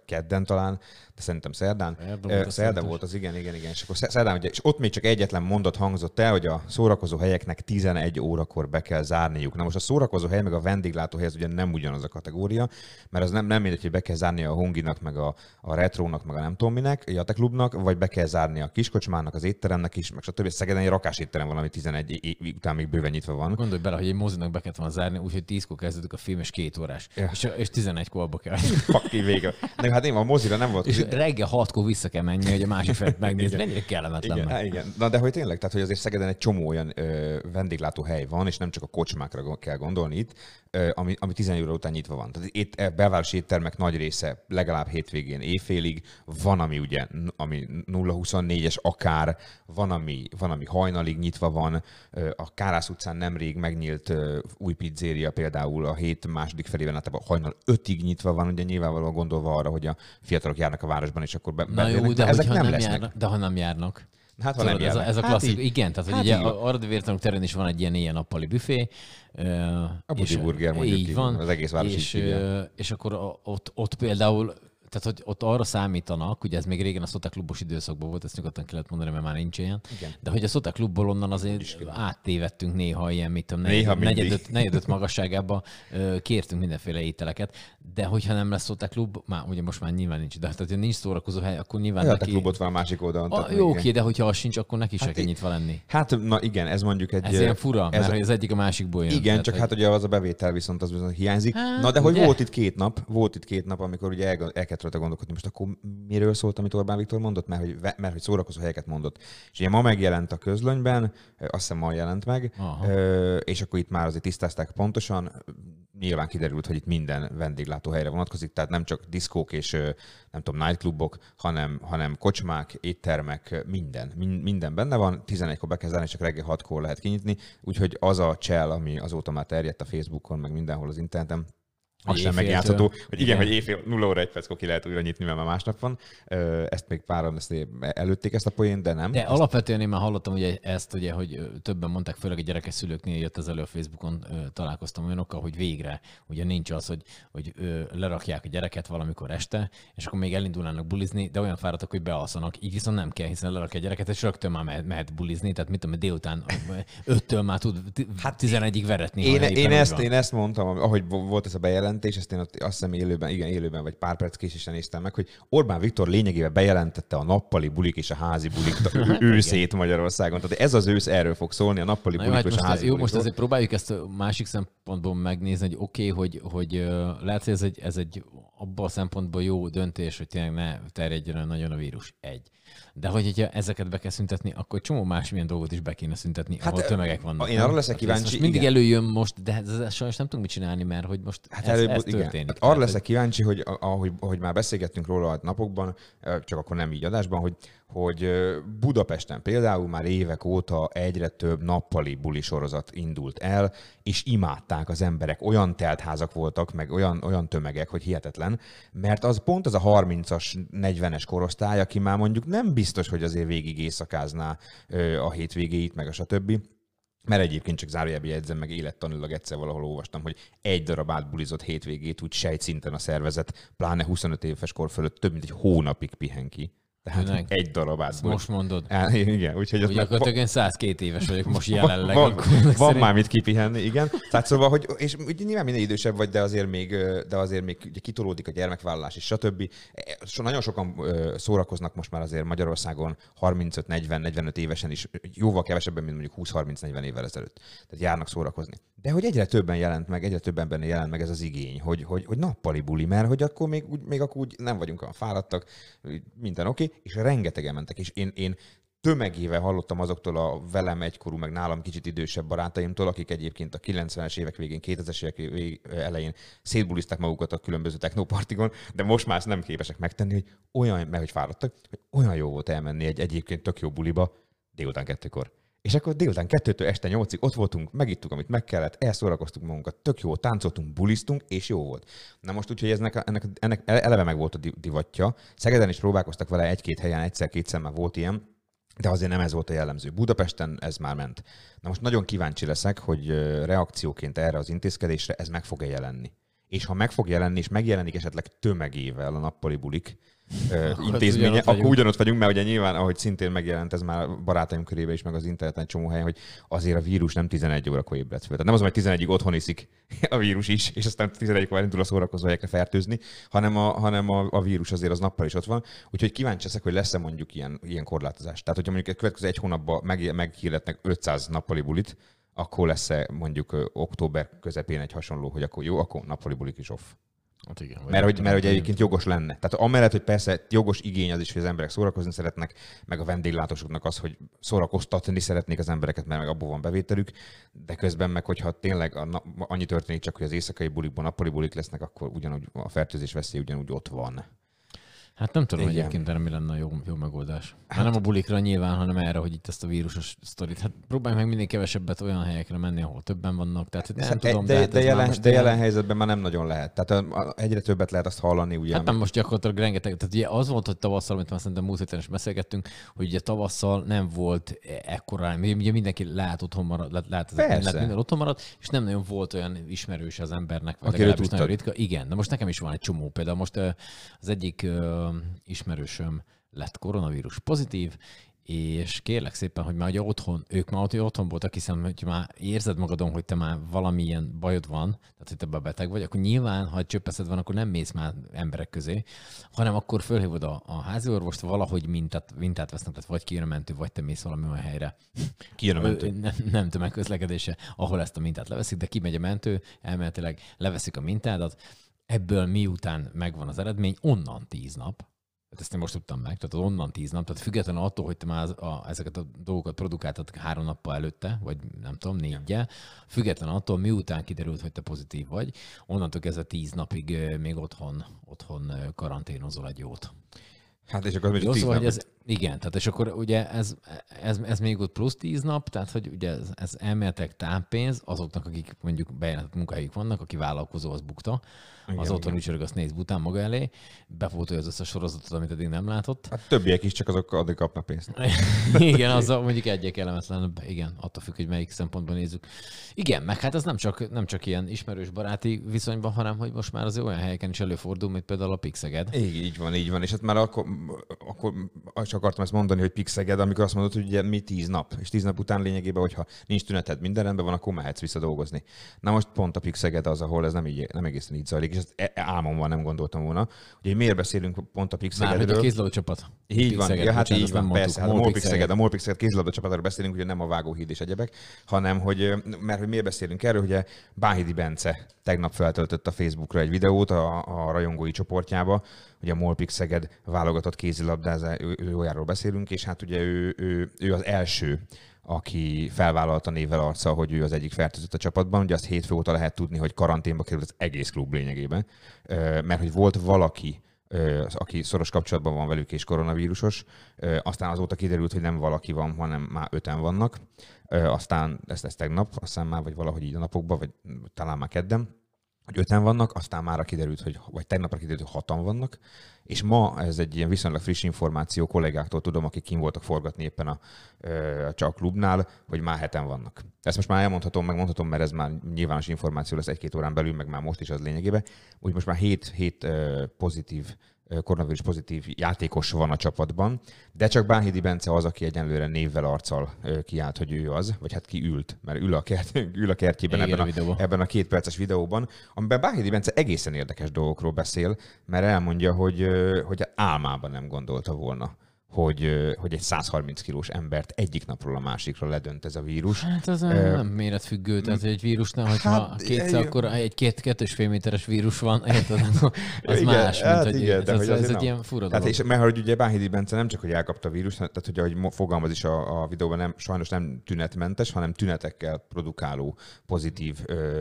Speaker 2: talán, de szerintem szerdán. Szerdán volt az, igen. És akkor szerdán, ugye, és ott még csak egyetlen mondat hangzott el, hogy a szórakozó helyeknek 11 órakor be kell zárniuk. Na most a szórakozó hely meg a vendéglátóhely az ugye nem ugyanaz a kategória, mert az nem mindegy, hogy be kell zárni a Honginak, meg a Retrónak, meg a nem tudom minek, a Jateklubnak, vagy be kell zárni a Kiskocsmának, az étteremnek is, meg stb. Szegeden egy rakás étterem van, ami 11 után még bőven nyitva van.
Speaker 1: Gondolj bele, hogy egy mozinak be kellett volna zárni, úgyhogy 10-kor kezdődik a film, és 2 órás. Ja. És 11-kor abba kell.
Speaker 2: Fakki vége. De hát én a mozira nem volt.
Speaker 1: És reggel 6-kor vissza kell menni, hogy a másik felet megnézni. Mennyire kellemetlen.
Speaker 2: Igen. Na de hogy tényleg, tehát hogy azért Szegeden egy csomó olyan vendéglátó hely van, és nem csak a kocsmákra kell gondolni itt, ami 11 óra után nyitva van. Tehát itt belvárosi éttermek nagy része legalább hétvégén éjfélig, van, ami ugye ami 0-24-es akár, van, ami hajnalig nyitva van. A Kárász utcán nemrég megnyílt új pizzéria például a hét második felében általában hajnal 5-ig nyitva van, ugye nyilvánvalóan gondolva arra, hogy a fiatalok járnak a városban, és akkor
Speaker 1: de ezek nem lesznek. Járnak, de ha nem járnak.
Speaker 2: Hát van
Speaker 1: ez a klasszik, igen, tehát hogy ugye a Ardivértanúk terén is van egy ilyen éjjel-nappali büfé.
Speaker 2: A Budiburger mondjuk így van, az egész város
Speaker 1: és akkor ott például, tehát hogy ott arra számítanak, ugye ez még régen a Szóta klubos időszakban volt, ezt nyugodtan kellett mondani, mert már nincs ilyen, igen. De hogy a Szóta klubból onnan azért áttévedtünk néha ilyen, mit tudom, negyedöt magasságába kértünk mindenféle ételeket, de hogyha nem lesz Szóta klub, ugye most már nyilván nincs, de tehát, ha nincs szórakozó hely, akkor nyilván
Speaker 2: neki... A klubot van a másik oldalon.
Speaker 1: Jó, oké, de hogyha az sincs, akkor neki se kell nyitva lenni.
Speaker 2: Hát, na igen, ez mondjuk egy...
Speaker 1: Ez ilyen fura, mert az egyik a másikból jön.
Speaker 2: Igen, csak hát ugye az a bevétel viszont az bizony hiányzik. Na de hogy volt itt két nap, amikor ugye elkezdett rajta gondolkodni, most akkor miről szólt, amit Orbán Viktor mondott, mert hogy szórakozó helyeket mondott. És ugye ma megjelent a közlönyben, azt hiszem ma jelent meg, és akkor itt már azért tisztázták pontosan, nyilván kiderült, hogy itt minden vendéglátóhelyre vonatkozik, tehát nem csak diszkók és nem tudom, nightclubok, hanem kocsmák, éttermek, minden benne van, 11-kor be kell zárni, csak reggel 6-kor lehet kinyitni, úgyhogy az a csel, ami azóta már terjedt a Facebookon, meg mindenhol az interneten, az sem megjátszható, hogy igen, hogy éjfél 0 óra 1 perckor ki lehet újra nyitni, mert már másnap van. Ezt még páran előtték ezt a poént, de nem.
Speaker 1: De alapvetően én már hallottam ugye ezt, ugye, hogy többen mondták, főleg a gyerekes szülőknél jött ez elő a Facebookon, találkoztam olyanokkal, hogy végre ugye nincs az, hogy lerakják a gyereket valamikor este, és akkor még elindulnának bulizni, de olyan fáradtak, hogy bealszanak. Így viszont nem kell, hiszen lerakja a gyereket, és rögtön már mehet bulizni, tehát mit tudom, délután 5-től már tud 11-ig veretni.
Speaker 2: Én ezt mondtam, ahogy volt ez a bejelentés, ezt én azt hiszem élőben, vagy pár perc késésen néztem meg, hogy Orbán Viktor lényegében bejelentette a nappali bulik és a házi bulik őszét Magyarországon. Tehát ez az ősz erről fog szólni, a nappali bulik és a házi bulik.
Speaker 1: Jó, most azért próbáljuk ezt a másik szempontból megnézni, hogy oké, hogy lehet, hogy ez egy abban a szempontból jó döntés, hogy tényleg ne terjedjen nagyon a vírus. De hogyha ezeket be kell szüntetni, akkor csomó másmilyen dolgot is be kéne szüntetni, ahol tömegek vannak.
Speaker 2: Én arra leszek kíváncsi.
Speaker 1: Most mindig előjön most, de ez sajnos nem tudunk mit csinálni, mert hogy most ez történik.
Speaker 2: Hát arra leszek kíváncsi, hogy ahogy már beszélgettünk róla a napokban, csak akkor nem így adásban, hogy Budapesten például már évek óta egyre több nappali buli sorozat indult el, és imádták az emberek. Olyan teltházak voltak, meg olyan tömegek, hogy hihetetlen, mert az pont az a 30-as, 40-es korosztály, aki már mondjuk nem biztos, hogy azért végig éjszakázná a hétvégéit, meg a stb. Mert egyébként csak zárójelben jegyzem, meg élettanilag egyszer valahol olvastam, hogy egy darab átbulizott hétvégét úgy sejtszinten a szervezet, pláne 25 éves kor fölött több mint egy hónapig pihen ki. Tehát egy darab átbulizott.
Speaker 1: Most mondod.
Speaker 2: Igen, úgyhogy
Speaker 1: ugye akkor én 102 éves vagyok most jelenleg.
Speaker 2: Van már mit kipihenni, igen. Tehát szóval, hogy, és ugye nyilván minden idősebb vagy, de azért még ugye kitolódik a gyermekvállalás és stb. Nagyon sokan szórakoznak most már azért Magyarországon 35-40-45 évesen is, jóval kevesebben, mint mondjuk 20-30-40 évvel ezelőtt. Tehát járnak szórakozni. De hogy egyre több embernél jelent meg ez az igény, hogy nappali buli, mert hogy akkor még akkor úgy nem vagyunk olyan fáradtak, minden oké, és rengetegen mentek, és én tömegével hallottam azoktól a velem egykorú, meg nálam kicsit idősebb barátaimtól, akik egyébként a 90-es évek végén, 2000-es évek elején szétbulizták magukat a különböző technopartikon, de most már ezt nem képesek megtenni, hogy olyan, mert hogy fáradtak, hogy olyan jó volt elmenni egy egyébként tök jó buliba délután 2-kor. És akkor délután 2-től este 8-ig ott voltunk, megittuk, amit meg kellett, elszórakoztunk magunkat, tök jó, táncoltunk, buliztunk, és jó volt. Na most úgyhogy ennek eleve meg volt a divatja. Szegeden is próbálkoztak vele egy-két helyen, egyszer-kétszer már volt ilyen, de azért nem ez volt a jellemző. Budapesten ez már ment. Na most nagyon kíváncsi leszek, hogy reakcióként erre az intézkedésre ez meg fog-e jelenni. És ha meg fog jelenni, és megjelenik esetleg tömegével a nappali bulik, intézménye, akkor ugyanott vagyunk, mert ugye nyilván, ahogy szintén megjelent ez már barátaim körében is, meg az interneten csomó helyen, hogy azért a vírus nem 11 órakor ébredt fel. Tehát nem az, hogy 11-ig otthon iszik a vírus is, és aztán 11-kor elindul a szórakozó helyekre fertőzni, hanem a vírus azért az nappal is ott van. Úgyhogy kíváncsi leszek, hogy lesz-e mondjuk ilyen korlátozás. Tehát, hogyha mondjuk a következő egy hónapban meghirdetnek 500 nappali bulit, akkor lesz-e mondjuk október közepén egy hasonló, hogy akkor jó, akkor nappali bulik is off.
Speaker 1: Hát igen,
Speaker 2: mert hogy egyébként jogos lenne. Tehát amellett, hogy persze jogos igény az is, hogy az emberek szórakozni szeretnek, meg a vendéglátósoknak az, hogy szórakoztatni szeretnék az embereket, mert meg abból van bevételük, de közben meg, hogyha tényleg annyi történik csak, hogy az éjszakai bulikban nappali bulik lesznek, akkor ugyanúgy a fertőzés veszély ugyanúgy ott van.
Speaker 1: Hát nem tudom egyébként erre mi lenne a jó megoldás. Hát nem a bulikra nyilván, hanem erre, hogy itt ezt a vírusos sztorit. Hát próbálj meg minél kevesebbet olyan helyekre menni, ahol többen vannak. Tehát nem tudom,
Speaker 2: de jelen helyzetben már nem nagyon lehet. Tehát egyre többet lehet azt hallani. Ugye,
Speaker 1: hát nem most gyakorlatilag rengeteg. Tehát ugye az volt, hogy tavasszal, amit már szerintem múlt héten is beszélgettünk, hogy ugye tavasszal nem volt ekkora, ugye mindenki lehet otthon marad, minden otthon marad, és nem nagyon volt olyan ismerős az embernek, vagy legalábbis nagyon ritka. Igen, de most nekem is van egy csomó. Például most az egyik ismerősöm lett koronavírus pozitív, és kérlek szépen, hogy már ugye ők már otthon voltak, hiszen hogy már érzed magadon, hogy te már valamilyen bajod van, tehát hogy te beteg vagy, akkor nyilván, ha egy csöppeszed van, akkor nem mész már emberek közé, hanem akkor fölhívod a házi orvost, valahogy mintát vesznek, tehát vagy kijön a mentő, vagy te mész valami olyan helyre.
Speaker 2: Kijön a mentő?
Speaker 1: Nem tömegközlekedése, ahol ezt a mintát leveszik, de kimegy a mentő, elméletileg leveszik a mintádat, ebből miután megvan az eredmény, onnan 10 nap, tehát ezt én most tudtam meg, tehát onnan 10 nap, tehát függetlenül attól, hogy te már ezeket a dolgokat produkáltad 3 nappal előtte, vagy nem tudom, 4-jel, függetlenül attól, miután kiderült, hogy te pozitív vagy, onnantól kezdve 10 napig még otthon karanténozol egy jót.
Speaker 2: Hát és akkor
Speaker 1: jó, szóval, igen, tehát és akkor ugye ez még ott plusz 10 nap, tehát hogy ugye ez elméletileg táppénz azoknak, akik mondjuk bejelentett munkahelyük vannak, aki vállalkozó, az bukta, igen, az otthon ücsörög, azt néz bután maga elé, bepótolja az összes sorozatot, amit eddig nem látott.
Speaker 2: Hát többiek is csak azok addig kapnak pénzt.
Speaker 1: Igen, az mondjuk egyik kellemetlenebb, igen, attól függ, hogy melyik szempontból nézzük. Igen, meg hát ez nem csak ilyen ismerős baráti viszonyban, hanem hogy most már azért olyan helyeken is előfordul, mint például a Pixeged.
Speaker 2: Így van, és hát már akkor azt akartam ezt mondani, hogy Pixeged, amikor azt mondod, hogy ugye mi 10 nap, és 10 nap után lényegében, hogyha nincs tüneted, minden rendben van, akkor mehetsz vissza dolgozni. Na most pont a Pixeged az, ahol ez nem egészen így zajlik, és ezt álmomban nem gondoltam volna. Ugye miért beszélünk pont a Pixegedről?
Speaker 1: Már a kézilabda csapat.
Speaker 2: Így van, hát így van, persze. Hát a MOL Pixeged kézilabda csapatról beszélünk, ugye nem a Vágóhíd és egyebek, hanem mert hogy miért beszélünk erről, ugye Báhidi Bence tegnap feltöltött a Facebookra egy videót a rajongói csoportjába, ugye a MOL Pixeged válogatott kézilabdáról beszélünk, és hát ugye ő az első, aki felvállalta névvel arccal, hogy ő az egyik fertőzött a csapatban. Ugye azt hétfő óta lehet tudni, hogy karanténba került az egész klub lényegében, mert hogy volt valaki, aki szoros kapcsolatban van velük és koronavírusos, aztán azóta kiderült, hogy nem valaki van, hanem már 5-en vannak. Aztán ez tegnap, aztán már vagy valahogy így a napokban, vagy talán már kedden, hogy 5-en vannak, aztán mára kiderült, vagy tegnapra kiderült, hogy 6-an vannak, és ma ez egy ilyen viszonylag friss információ, kollégáktól tudom, akik kint voltak forgatni éppen a klubnál, hogy már 7-en vannak. Ezt most már megmondhatom, mert ez már nyilvános információ lesz 1-2 órán belül, meg már most is az lényegében. Úgy most már 7 koronavírus pozitív játékos van a csapatban, de csak Báhidi Bence az, aki egyenlőre névvel, arccal kiállt, hogy ő az, vagy hát ki ült, mert ül a kertjében ebben a 2 perces videóban, amiben Báhidi Bence egészen érdekes dolgokról beszél, mert elmondja, hogy álmában nem gondolta volna, hogy egy 130 kilós embert egyik napról a másikra ledönt ez a vírus.
Speaker 1: Hát ez nem méretfüggő, tehát egy vírusnál, hogyha kétszer, akkor egy 2,5 méteres vírus van, az igen, más, mint hogy
Speaker 2: igen,
Speaker 1: ez egy ilyen fura dolog.
Speaker 2: És mert hogy ugye Báhidi Bence nem csak, hogy elkapta a vírust, tehát hogy ahogy fogalmaz is a videóban, sajnos nem tünetmentes, hanem tünetekkel produkáló pozitív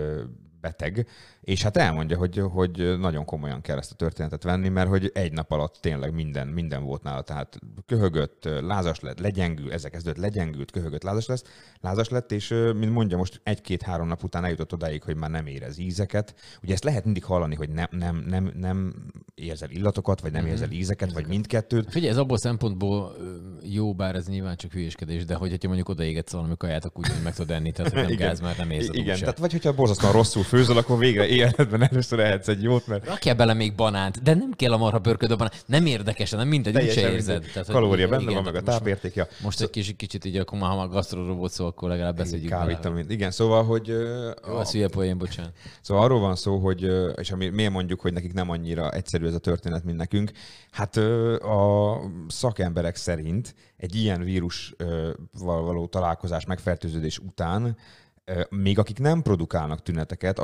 Speaker 2: beteg, és hát elmondja, hogy nagyon komolyan kell ezt a történetet venni, mert hogy egy nap alatt tényleg minden volt nála, tehát köhögött, lázas lett, legyengült, ezek kezdődött, legyengült, köhögött, lázas lett, és mint mondja, most 1-2-3 nap után eljutott odáig, hogy már nem érez ízeket. Ugye ezt lehet mindig hallani, hogy nem érzel illatokat, vagy nem érzel ízeket, vagy mindkettőt.
Speaker 1: Figyelj, ez abból szempontból jó, bár ez nyilván csak hülyéskedés, de hogyha mondjuk odaégetsz valami kaját, akkor úgy meg tudod enni, tehát hogy nem gáz, már nem érzed.
Speaker 2: Igen, tehát vagy hogyha borzasztóan rosszul főzöl, akkor végre életben először ehetsz egy jót, mert...
Speaker 1: Rakjál bele még banánt, de nem kell a marha pörköd a banán. Nem érdekes, nem mindegy, úgyse érzed.
Speaker 2: Tehát, kalória benne van, meg a tápértékja.
Speaker 1: Most egy kicsit így, akkor már ha a gasztróról volt szó, akkor legalább beszéljük
Speaker 2: bele. Igen, szóval, hogy...
Speaker 1: Jó, az hülye poén, bocsánat.
Speaker 2: Szóval arról van szó, hogy, és miért mondjuk, hogy nekik nem annyira egyszerű ez a történet, mint nekünk. Hát a szakemberek szerint egy ilyen vírusval való találkozás, megfertőződés után, még akik nem produkálnak tüneteket,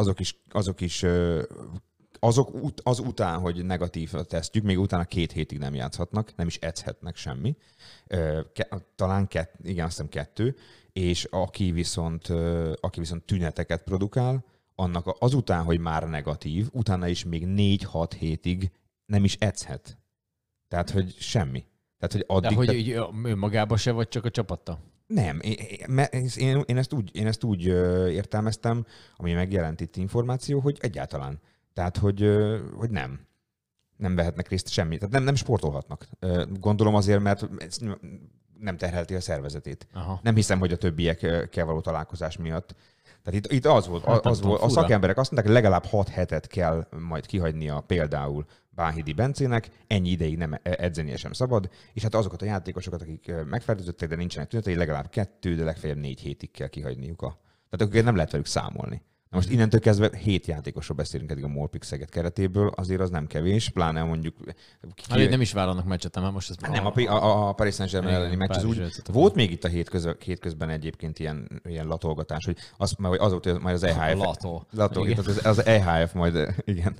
Speaker 2: azután, hogy negatív a tesztjük, még utána 2 hétig nem játszhatnak, nem is edzhetnek semmi. Talán azt hiszem 2, és aki viszont tüneteket produkál, annak azután, hogy már negatív, utána is még 4-6 hétig nem is edzhet. Tehát, hogy semmi. Tehát, hogy addig...
Speaker 1: De hogy így önmagában se, vagy csak a csapatta?
Speaker 2: Nem. Én ezt úgy értelmeztem, ami megjelent itt információ, hogy egyáltalán. Tehát, hogy nem vehetnek részt semmit. Tehát nem sportolhatnak. Gondolom azért, mert nem terhelti a szervezetét. Aha. Nem hiszem, hogy a többiekkel való találkozás miatt. Tehát itt az volt, a szakemberek azt mondták, hogy legalább 6 hetet kell majd kihagynia például Bánhidi Bencének, ennyi ideig nem edzenie sem szabad, és hát azokat a játékosokat, akik megfertőzöttek, de nincsenek tünetei, legalább 2, de legfeljebb 4 hétig kell kihagyniuk. Tehát akkor nem lehet velük számolni. Na most innentől kezdve 7 játékosról beszélünk eddig a Molpix Szeged keretéből, azért az nem kevés, pláne mondjuk...
Speaker 1: Nem is vállalnak meccset, nem? Most ez
Speaker 2: nem, a Paris Saint-Germain elleni meccs az úgy... Volt még itt a hétközben egyébként ilyen latolgatás, hogy az volt, hogy majd az EHF... Az EHF majd, igen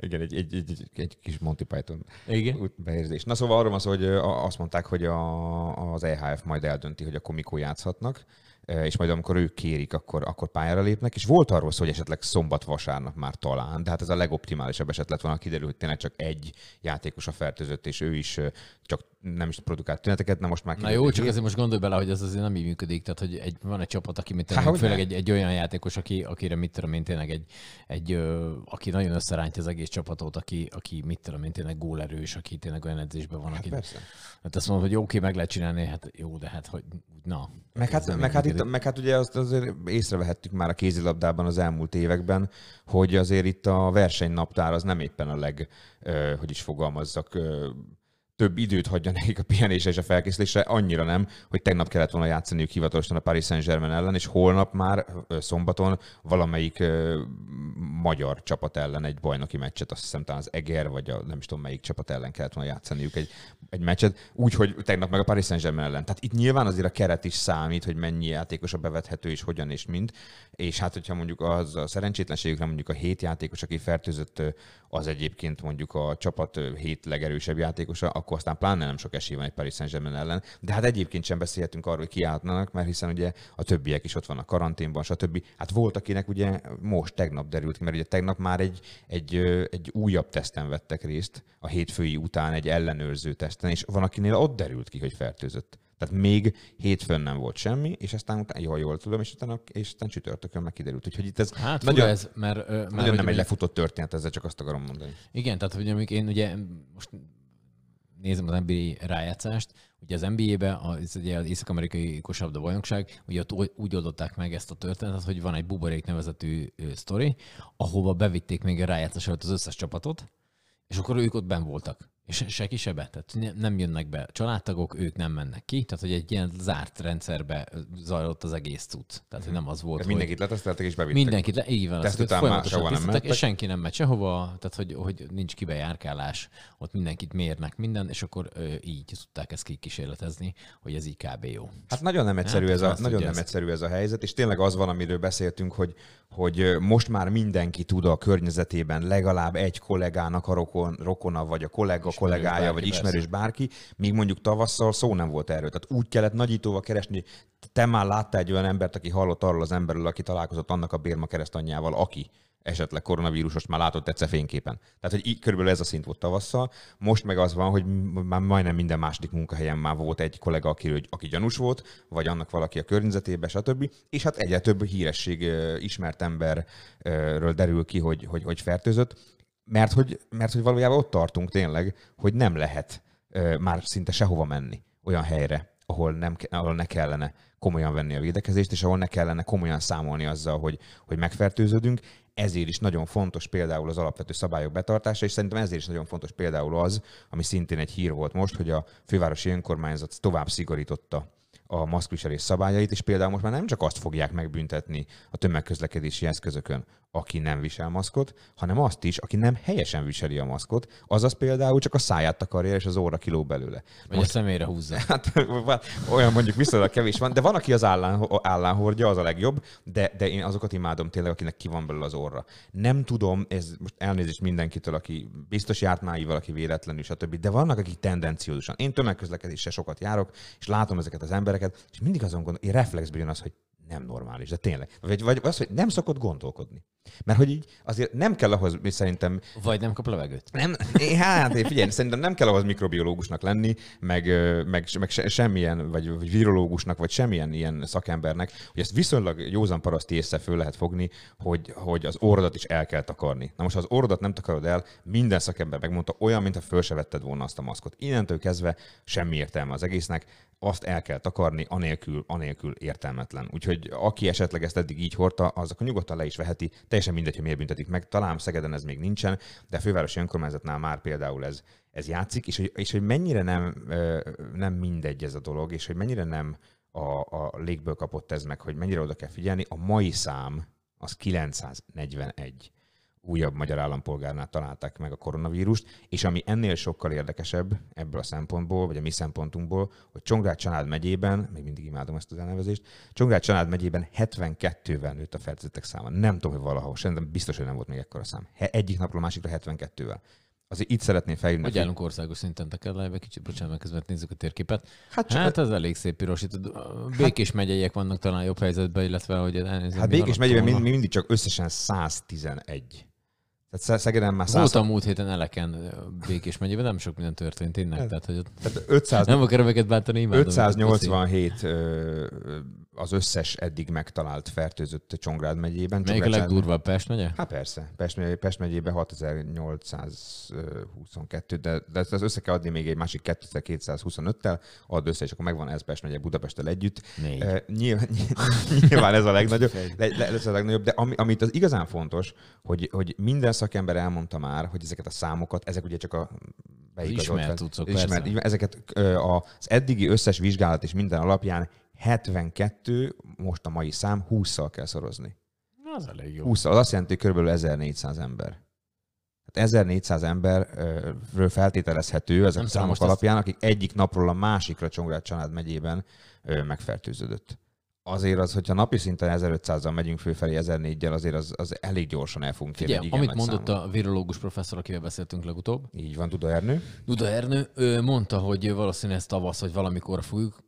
Speaker 2: egy kis Monty Python beérzés. Na szóval arról van szó, hogy azt mondták, hogy az EHF majd eldönti, hogy akkor mikor játszhatnak, és majd amikor ők kérik, akkor pályára lépnek, és volt arról szó, hogy esetleg szombat-vasárnap már talán, de hát ez a legoptimálisabb eset lett volna, kiderül, hogy tényleg csak egy játékos a fertőzött, és ő is csak nem is produkált tüneteket, most már
Speaker 1: kiderül. Na jó, csak azért most gondolj bele, hogy ez azért nem így működik, tehát hogy van egy csapat, aki főleg egy olyan játékos, akire mit tudom én tényleg aki nagyon összerántja az egész csapatot, aki mit tudom én tényleg gólerős, aki tényleg olyan edzésben van, aki...
Speaker 2: Persze.
Speaker 1: Hát azt mondod, hogy oké, meg lehet csinálni, hát jó, de hát hogy na.
Speaker 2: Meg hát ugye azt azért észrevehettük már a kézilabdában az elmúlt években, hogy azért itt a versenynaptár az nem éppen a hogy is fogalmazzak, több időt hagyja nekik a pihenésre és a felkészülésre, annyira nem, hogy tegnap kellett volna játszaniuk hivatalosan a Paris Saint-Germain ellen, és holnap már szombaton valamelyik magyar csapat ellen egy bajnoki meccset, azt hiszem talán az Eger, vagy nem is tudom melyik csapat ellen kellett volna játszaniuk egy meccset, úgyhogy tegnap meg a Paris Saint-Germain ellen. Tehát itt nyilván azért a keret is számít, hogy mennyi játékos a bevethető, és hogyan és mind. És hát, hogyha mondjuk az a szerencsétlenségükre mondjuk a 7 játékos, aki fertőzött, az egyébként mondjuk a csapat 7 legerősebb játékosa, akkor aztán pláne nem sok esély van egy Paris Saint-Germain ellen. De hát egyébként sem beszélhetünk arról, hogy kiállhatnának, mert hiszen ugye a többiek is ott vannak karanténban, stb. Hát volt, akinek ugye most tegnap derült ki, mert ugye tegnap már egy újabb teszten vettek részt, a hétfői után egy ellenőrző teszten, és van, akinél ott derült ki, hogy fertőzött. Tehát még hétfőn nem volt semmi, és aztán jól tudom, és aztán csütörtökön meg kiderült. Úgyhogy itt ez
Speaker 1: hát
Speaker 2: nagyon,
Speaker 1: ez, mert
Speaker 2: nem egy lefutott történet, ezzel csak azt akarom mondani.
Speaker 1: Igen, tehát hogy amíg én ugye most nézem az NBA rájátszást, ugye az NBA-ben az észak-amerikai kosárlabda bajnokság, ugye ott úgy oldották meg ezt a történetet, hogy van egy buborék nevezetű sztori, ahova bevitték még a rájátszás előtt az összes csapatot, és akkor ők ott benn voltak. És senki se be, tehát nem jönnek be családtagok, ők nem mennek ki, tehát hogy egy ilyen zárt rendszerbe zajlott az egész cucc. Tehát hogy nem az volt,
Speaker 2: hogy... Mindenkit leteszteltek és bevittek.
Speaker 1: Mindenkit így van.
Speaker 2: Teszt után már sehova nem mentek.
Speaker 1: És senki nem megy sehova, tehát hogy nincs kibejárkálás, ott mindenkit mérnek minden, és akkor így tudták ezt kísérletezni, hogy ez így kb. Jó.
Speaker 2: Hát nagyon nem egyszerű ez a helyzet, és tényleg az van, amiről beszéltünk, hogy most már mindenki tud a környezetében legalább egy kollégának a rokona, vagy a kollégája, vagy ismerős bárki, míg mondjuk tavasszal szó nem volt erről. Tehát úgy kellett nagyítóval keresni, te már láttál egy olyan embert, aki hallott arról az emberről, aki találkozott annak a Bérma keresztanyjával, aki esetleg koronavírusos, már látott egyszer fényképen. Tehát, hogy körülbelül ez a szint volt tavasszal. Most meg az van, hogy már majdnem minden második munkahelyen már volt egy kollega, aki gyanús volt, vagy annak valaki a környezetében, stb. És hát egyre több híresség, ismert emberről derül ki, hogy fertőzött. Mert hogy valójában ott tartunk tényleg, hogy nem lehet már szinte sehova menni olyan helyre, ahol ne kellene komolyan venni a védekezést, és ahol ne kellene komolyan számolni azzal, hogy megfertőződünk. Ezért is nagyon fontos például az alapvető szabályok betartása, és szerintem ezért is nagyon fontos például az, ami szintén egy hír volt most, hogy a fővárosi önkormányzat tovább szigorította a maszkviselés szabályait, és például most már nem csak azt fogják megbüntetni a tömegközlekedési eszközökön, aki nem visel maszkot, hanem azt is, aki nem helyesen viseli a maszkot, azaz például csak a száját takarja, és az óra kilóg belőle.
Speaker 1: Vagy most a személyre húzza.
Speaker 2: Hát olyan mondjuk viszonylag kevés van, de van, aki az állán hordja, az a legjobb, de én azokat imádom tényleg, akinek ki van belőle az orra. Nem tudom, ez most elnézést mindenkitől, aki biztos járt máival, aki véletlenül, stb. De vannak, akik tendenciózusan. Én tömegközlekedésre sokat járok, és látom ezeket az embereket, és mindig azon gondolom, én reflexből jön az, hogy nem normális, de tényleg. Vagy az, hogy nem szokott gondolkodni. Mert hogy így azért nem kell ahhoz, szerintem...
Speaker 1: Vagy nem kap levegőt.
Speaker 2: Hát figyelj, szerintem nem kell ahhoz mikrobiológusnak lenni, meg semmilyen, vagy virológusnak, vagy semmilyen ilyen szakembernek, hogy ezt viszonylag józan paraszti észre föl lehet fogni, hogy az orrodat is el kell takarni. Na most, ha az orrodat nem takarod el, minden szakember megmondta, olyan, mintha föl se vetted volna azt a maszkot. Innentől kezdve semmi értelme az egésznek, azt el kell takarni, anélkül értelmetlen. Úgyhogy aki esetleg ezt eddig így hordta, az akkor nyugodtan le is veheti, teljesen mindegy, hogy miért büntetik meg. Talán Szegeden ez még nincsen, de a fővárosi önkormányzatnál már például ez játszik, és hogy mennyire nem mindegy ez a dolog, és hogy mennyire nem a légből kapott ez meg, hogy mennyire oda kell figyelni. A mai szám az 941 újabb magyar állampolgárnál találták meg a koronavírust, és ami ennél sokkal érdekesebb ebből a szempontból, vagy a mi szempontunkból, hogy Csongrád-Csanád megyében, még mindig imádom ezt az elnevezést, Csongrád-Csanád megyében 72-vel nőtt a fertőzöttek száma. Nem tudom, hogy valahol, szerintem biztos, hogy nem volt még ekkora szám. Egyik napról másikra 72-vel. Azért itt szeretném felhívni.
Speaker 1: Hogy állunk országos szinten, te kell lejbe kicsit, bocsánat, meg közben nézzük a térképet. Hát ez elég szép piros. Itt Békés megyeiek vannak talán jobb helyzetben, illetve hogy...
Speaker 2: Hát Békés megyében mindig csak összesen 111. Tehát Szegeden már 100...
Speaker 1: Voltam múlt héten Eleken Békés megyében, nem sok minden történt innen. Tehát
Speaker 2: 500...
Speaker 1: Nem akarom őket bántani, imádom.
Speaker 2: 587 az összes eddig megtalált fertőzött Csongrád megyében.
Speaker 1: Melyik a legdurvább, Pest megye?
Speaker 2: Hát persze. Pest megyében 6822, de ezt össze kell adni még egy másik 2225-tel, add össze, és akkor megvan ez Pest megye Budapesttel együtt. Nyilván ez a legnagyobb, de amit az igazán fontos, hogy minden szakember elmondta már, hogy ezeket a számokat, ezek ugye csak a
Speaker 1: ismert,
Speaker 2: ezeket az eddigi összes vizsgálat és minden alapján 72, most a mai szám, 20-szal kell szorozni.
Speaker 1: Az elég jó.
Speaker 2: 20-szal, az azt jelenti, hogy kb. 1400 ember. Hát 1400 emberről feltételezhető ezek a számok alapján, akik egyik napról a másikra Csongrád-Csanád megyében megfertőződött. Azért az, hogyha napi szinten 1500-al megyünk fölfelé 1004-jel, azért az elég gyorsan el fogunk kérni.
Speaker 1: Igen, amit mondott számot. A virológus professzor, akivel beszéltünk legutóbb.
Speaker 2: Így van, Duda Ernő.
Speaker 1: Duda Ernő mondta, hogy valószínűleg ez tavasz, vagy valamikor fújjuk.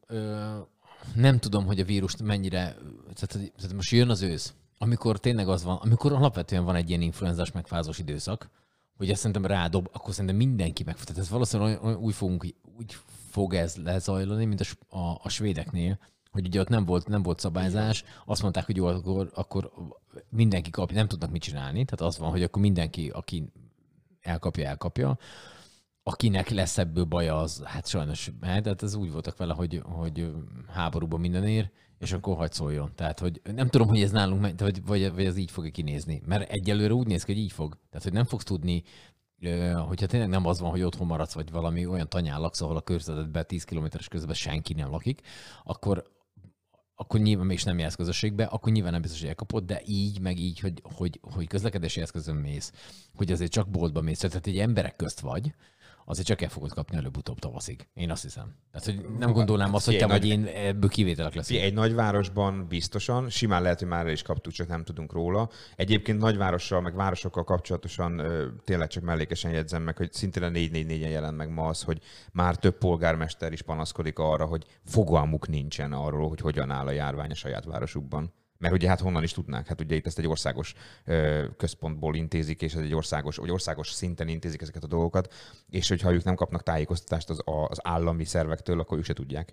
Speaker 1: Nem tudom, hogy a vírust mennyire... Tehát most jön az ősz, amikor tényleg az van, amikor alapvetően van egy ilyen influenzás megfázós időszak, hogy ezt szerintem rádob, akkor szerintem mindenki megfog. Tehát ez valószínűleg úgy fog ez lezajlani, mint a svédeknél, hogy ugye ott nem volt szabályzás, azt mondták, hogy jó, akkor mindenki kapja, nem tudnak mit csinálni, tehát az van, hogy akkor mindenki, aki elkapja, akinek lesz ebből baja, az hát sajnos, tehát ez úgy voltak vele, hogy háborúban mindenért, és akkor hagy szóljon. Tehát, hogy nem tudom, hogy ez nálunk, vagy ez így fog kinézni, mert egyelőre úgy néz ki, hogy így fog. Tehát, hogy nem fogsz tudni, hogyha tényleg nem az van, hogy otthon maradsz, vagy valami olyan tanyán laksz, ahol a körzetedben 10 kilométeres közben senki nem lakik, akkor nyilván és nem jársz közösségbe, akkor nyilván nem biztos, hogy elkapod, de így, meg így, hogy közlekedési eszközön mész, hogy azért csak boltba mész, tehát egy emberek közt vagy, azért csak el fogod kapni előbb-utóbb tavaszig. Én azt hiszem. Tehát, hogy nem gondolnám azt, hogy te vagy én, ebből kivételek leszünk.
Speaker 2: Egy nagyvárosban biztosan, simán lehet, hogy már is kaptuk, csak nem tudunk róla. Egyébként nagyvárossal, meg városokkal kapcsolatosan tényleg csak mellékesen jegyzem meg, hogy szintén a 444-en jelent meg ma az, hogy már több polgármester is panaszkodik arra, hogy fogalmuk nincsen arról, hogy hogyan áll a járvány a saját városukban. Mert ugye hát honnan is tudnák? Hát ugye itt ezt egy országos központból intézik, és ez egy országos szinten intézik ezeket a dolgokat, és hogyha ők nem kapnak tájékoztatást az állami szervektől, akkor ők se tudják.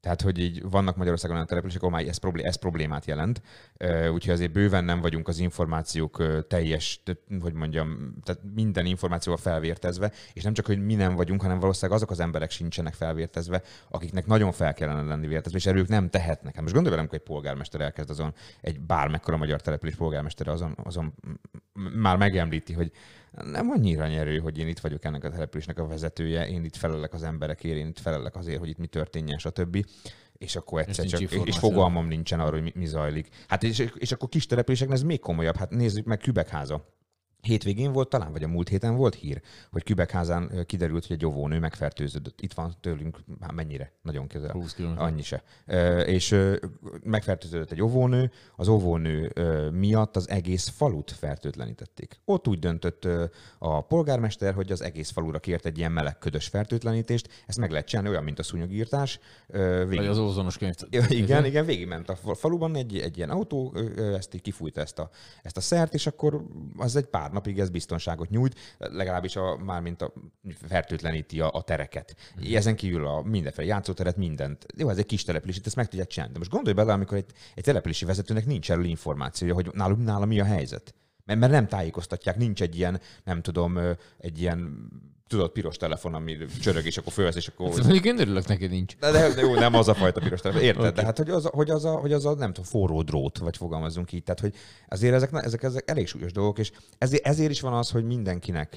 Speaker 2: Tehát, hogy így vannak Magyarországon olyan települések, ahol már ez problémát jelent. Úgyhogy azért bőven nem vagyunk az információk teljes, hogy mondjam, tehát minden információval felvértezve, és nem csak, hogy mi nem vagyunk, hanem valószínűleg azok az emberek sincsenek felvértezve, akiknek nagyon fel kellene lenni vértezve, és erők nem tehetnek. Most gondolj velem, hogy egy polgármester elkezd azon, egy bármekkora magyar település polgármestere azon már megemlíti, hogy nem annyira nyerő, hogy én itt vagyok ennek a településnek a vezetője, én itt felelek az emberekért, én itt felelek azért, hogy itt mi történjen, stb. És akkor egyszer csak, és fogalmam nincsen arról, hogy mi zajlik. Hát és akkor kis településeknek ez még komolyabb. Hát nézzük meg Kübekháza. Hétvégén volt talán, vagy a múlt héten volt hír, hogy Kübekházán kiderült, hogy egy óvónő megfertőződött. Itt van tőlünk, hát mennyire? Nagyon közel.
Speaker 1: 20 km.
Speaker 2: Annyi se. És megfertőződött egy óvónő, az óvónő miatt az egész falut fertőtlenítették. Ott úgy döntött a polgármester, hogy az egész falura kért egy ilyen melegködös fertőtlenítést. Ezt meg lehet csinálni, olyan, mint a szúnyogírtás.
Speaker 1: Vagy az ózonos könyv.
Speaker 2: Igen, végigment a faluban egy ilyen autó, ezt így kifújta ezt a szert, és akkor az egy pár napig ez biztonságot nyújt, legalábbis mármint fertőtleníti a tereket. Ezen kívül a mindenféle játszóteret, mindent. Jó, ez egy kis település, itt ezt meg tudják csinálni. De most gondolj bele, amikor egy települési vezetőnek nincs erről információja, hogy nála mi a helyzet. Mert nem tájékoztatják, nincs egy ilyen, nem tudom, egy ilyen tudod, piros telefon, ami csörög, és akkor fölvesz, és akkor...
Speaker 1: Mondjuk én örülök neki, nincs.
Speaker 2: De jó, nem az a fajta piros telefon. Érted? Okay. De hát, hogy az a, nem tudom, forró drót, vagy fogalmazzunk így. Tehát, hogy azért ezek elég súlyos dolgok, és ezért is van az, hogy mindenkinek,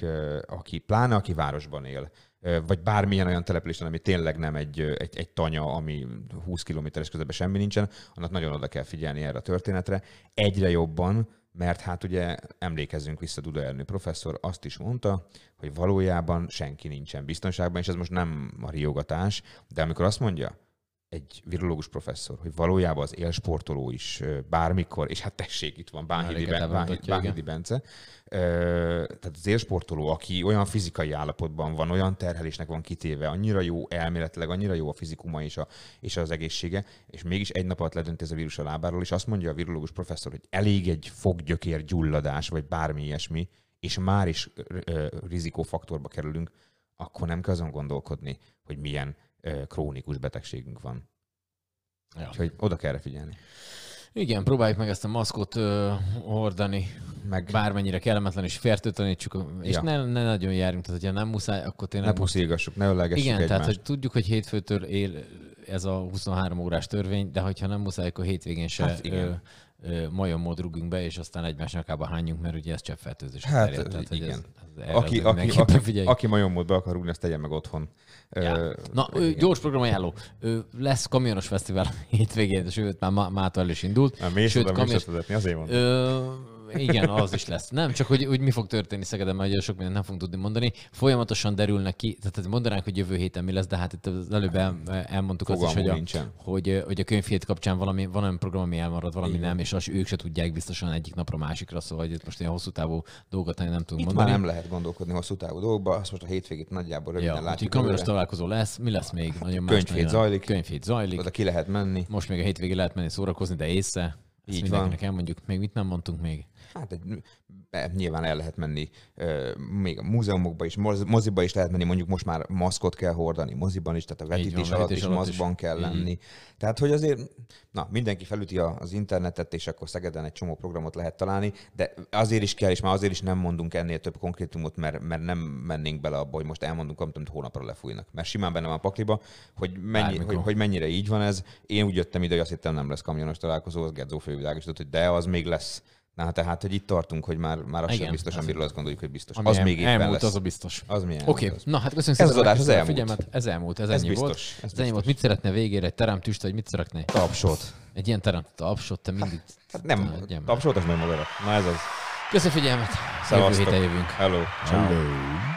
Speaker 2: aki városban él, vagy bármilyen olyan településen, ami tényleg nem egy tanya, ami 20 kilométeres közben semmi nincsen, annak nagyon oda kell figyelni erre a történetre. Egyre jobban, mert hát ugye emlékezzünk vissza, Duda Ernő professzor azt is mondta, hogy valójában senki nincsen biztonságban, és ez most nem a riogatás, de amikor azt mondja egy virológus professzor, hogy valójában az élsportoló is bármikor, és hát tessék, itt van Bánhidi Bence, tehát az élsportoló, aki olyan fizikai állapotban van, olyan terhelésnek van kitéve, annyira jó elméletileg, annyira jó a fizikuma és az egészsége, és mégis egy nap alatt ledönt ez a vírus a lábáról, és azt mondja a virológus professzor, hogy elég egy foggyökér gyulladás, vagy bármi ilyesmi, és már is rizikófaktorba kerülünk, akkor nem kell azon gondolkodni, hogy milyen krónikus betegségünk van. Ja. Úgyhogy oda kell erre figyelni.
Speaker 1: Igen, próbáljuk meg ezt a maszkot hordani, meg bármennyire kellemetlen, és fertőtlenítsük, és ne nagyon járjunk, tehát hogyha nem muszáj, akkor tényleg...
Speaker 2: Ne puszilgassuk, ne ölelgessük egymást.
Speaker 1: Igen, tehát hogy tudjuk, hogy hétfőtől él ez a 23 órás törvény, de hogyha nem muszáj, akkor hétvégén se majommód rúgunk be, és aztán egymás nyakába hányunk, mert ugye ez cseppfertőzés.
Speaker 2: Hát terjed, igen. Aki majomódba akar rúgni, azt tegye meg otthon.
Speaker 1: Ja. Gyors programajánló. Lesz kamionos fesztivál hétvégén, sőt, már mától is indult.
Speaker 2: Mész oda műsorvezetni, azért mondom.
Speaker 1: Igen, az is lesz. Nem, csak hogy mi fog történni Szegeden, mert sok mindent nem fogunk tudni mondani. Folyamatosan derülnek ki, tehát mondanánk, hogy jövő héten mi lesz, de hát itt az előbb elmondtuk azt is, hogy a könyvhét kapcsán van olyan program, ami elmarad, valami igen. Nem, és az ők se tudják biztosan egyik napra másikra, szóval hogy itt most ilyen hosszú távú dolgokat nem tudunk mondani.
Speaker 2: Már nem lehet gondolkodni hosszú távú dolgokba, azt most a hétvégét nagyjából röviden látjuk.
Speaker 1: Kamionos találkozó lesz, mi lesz még? Nagyon
Speaker 2: Könyvhét zajlik. Oda ki lehet menni.
Speaker 1: Most még a hétvégén lehet menni szórakozni, de észre. Ezt mindenkinek elmondjuk. Még mit nem mondtunk még?
Speaker 2: Hát nyilván el lehet menni még a múzeumokba is, moziba is lehet menni, mondjuk most már maszkot kell hordani, moziban is, tehát a vetítés alatt is maszkban kell lenni. Tehát, hogy azért, mindenki felüti az internetet, és akkor Szegeden egy csomó programot lehet találni, de azért is kell, és már azért is nem mondunk ennél több konkrétumot, mert nem mennénk bele abba, hogy most elmondunk, amit hónapra lefújnak. Mert simán benne van a pakliba, hogy mennyire így van ez. Én úgy jöttem ide, hogy azt hittem nem lesz kamionos találkozó, az Gedzó fővilágosított, hogy de az még lesz. Tehát, hogy itt tartunk, hogy már az sem biztos, amiről azt gondoljuk, hogy biztos. Az még éppen
Speaker 1: elmúlt,
Speaker 2: lesz.
Speaker 1: Az a biztos.
Speaker 2: Oké.
Speaker 1: Na hát köszönjük
Speaker 2: szépen
Speaker 1: a figyelmet. Ez elmúlt, ez ennyi volt. Ez ennyi volt. Mit szeretne végére? Egy teremtüst, vagy mit szeretné?
Speaker 2: Tapsot.
Speaker 1: Egy ilyen tapsot, te mindig...
Speaker 2: Hát nem, tapsot az nem magára. Na ez az.
Speaker 1: Köszönjük a figyelmet.
Speaker 2: Szevasztok.
Speaker 1: Jövő héten jövünk.
Speaker 2: Hello.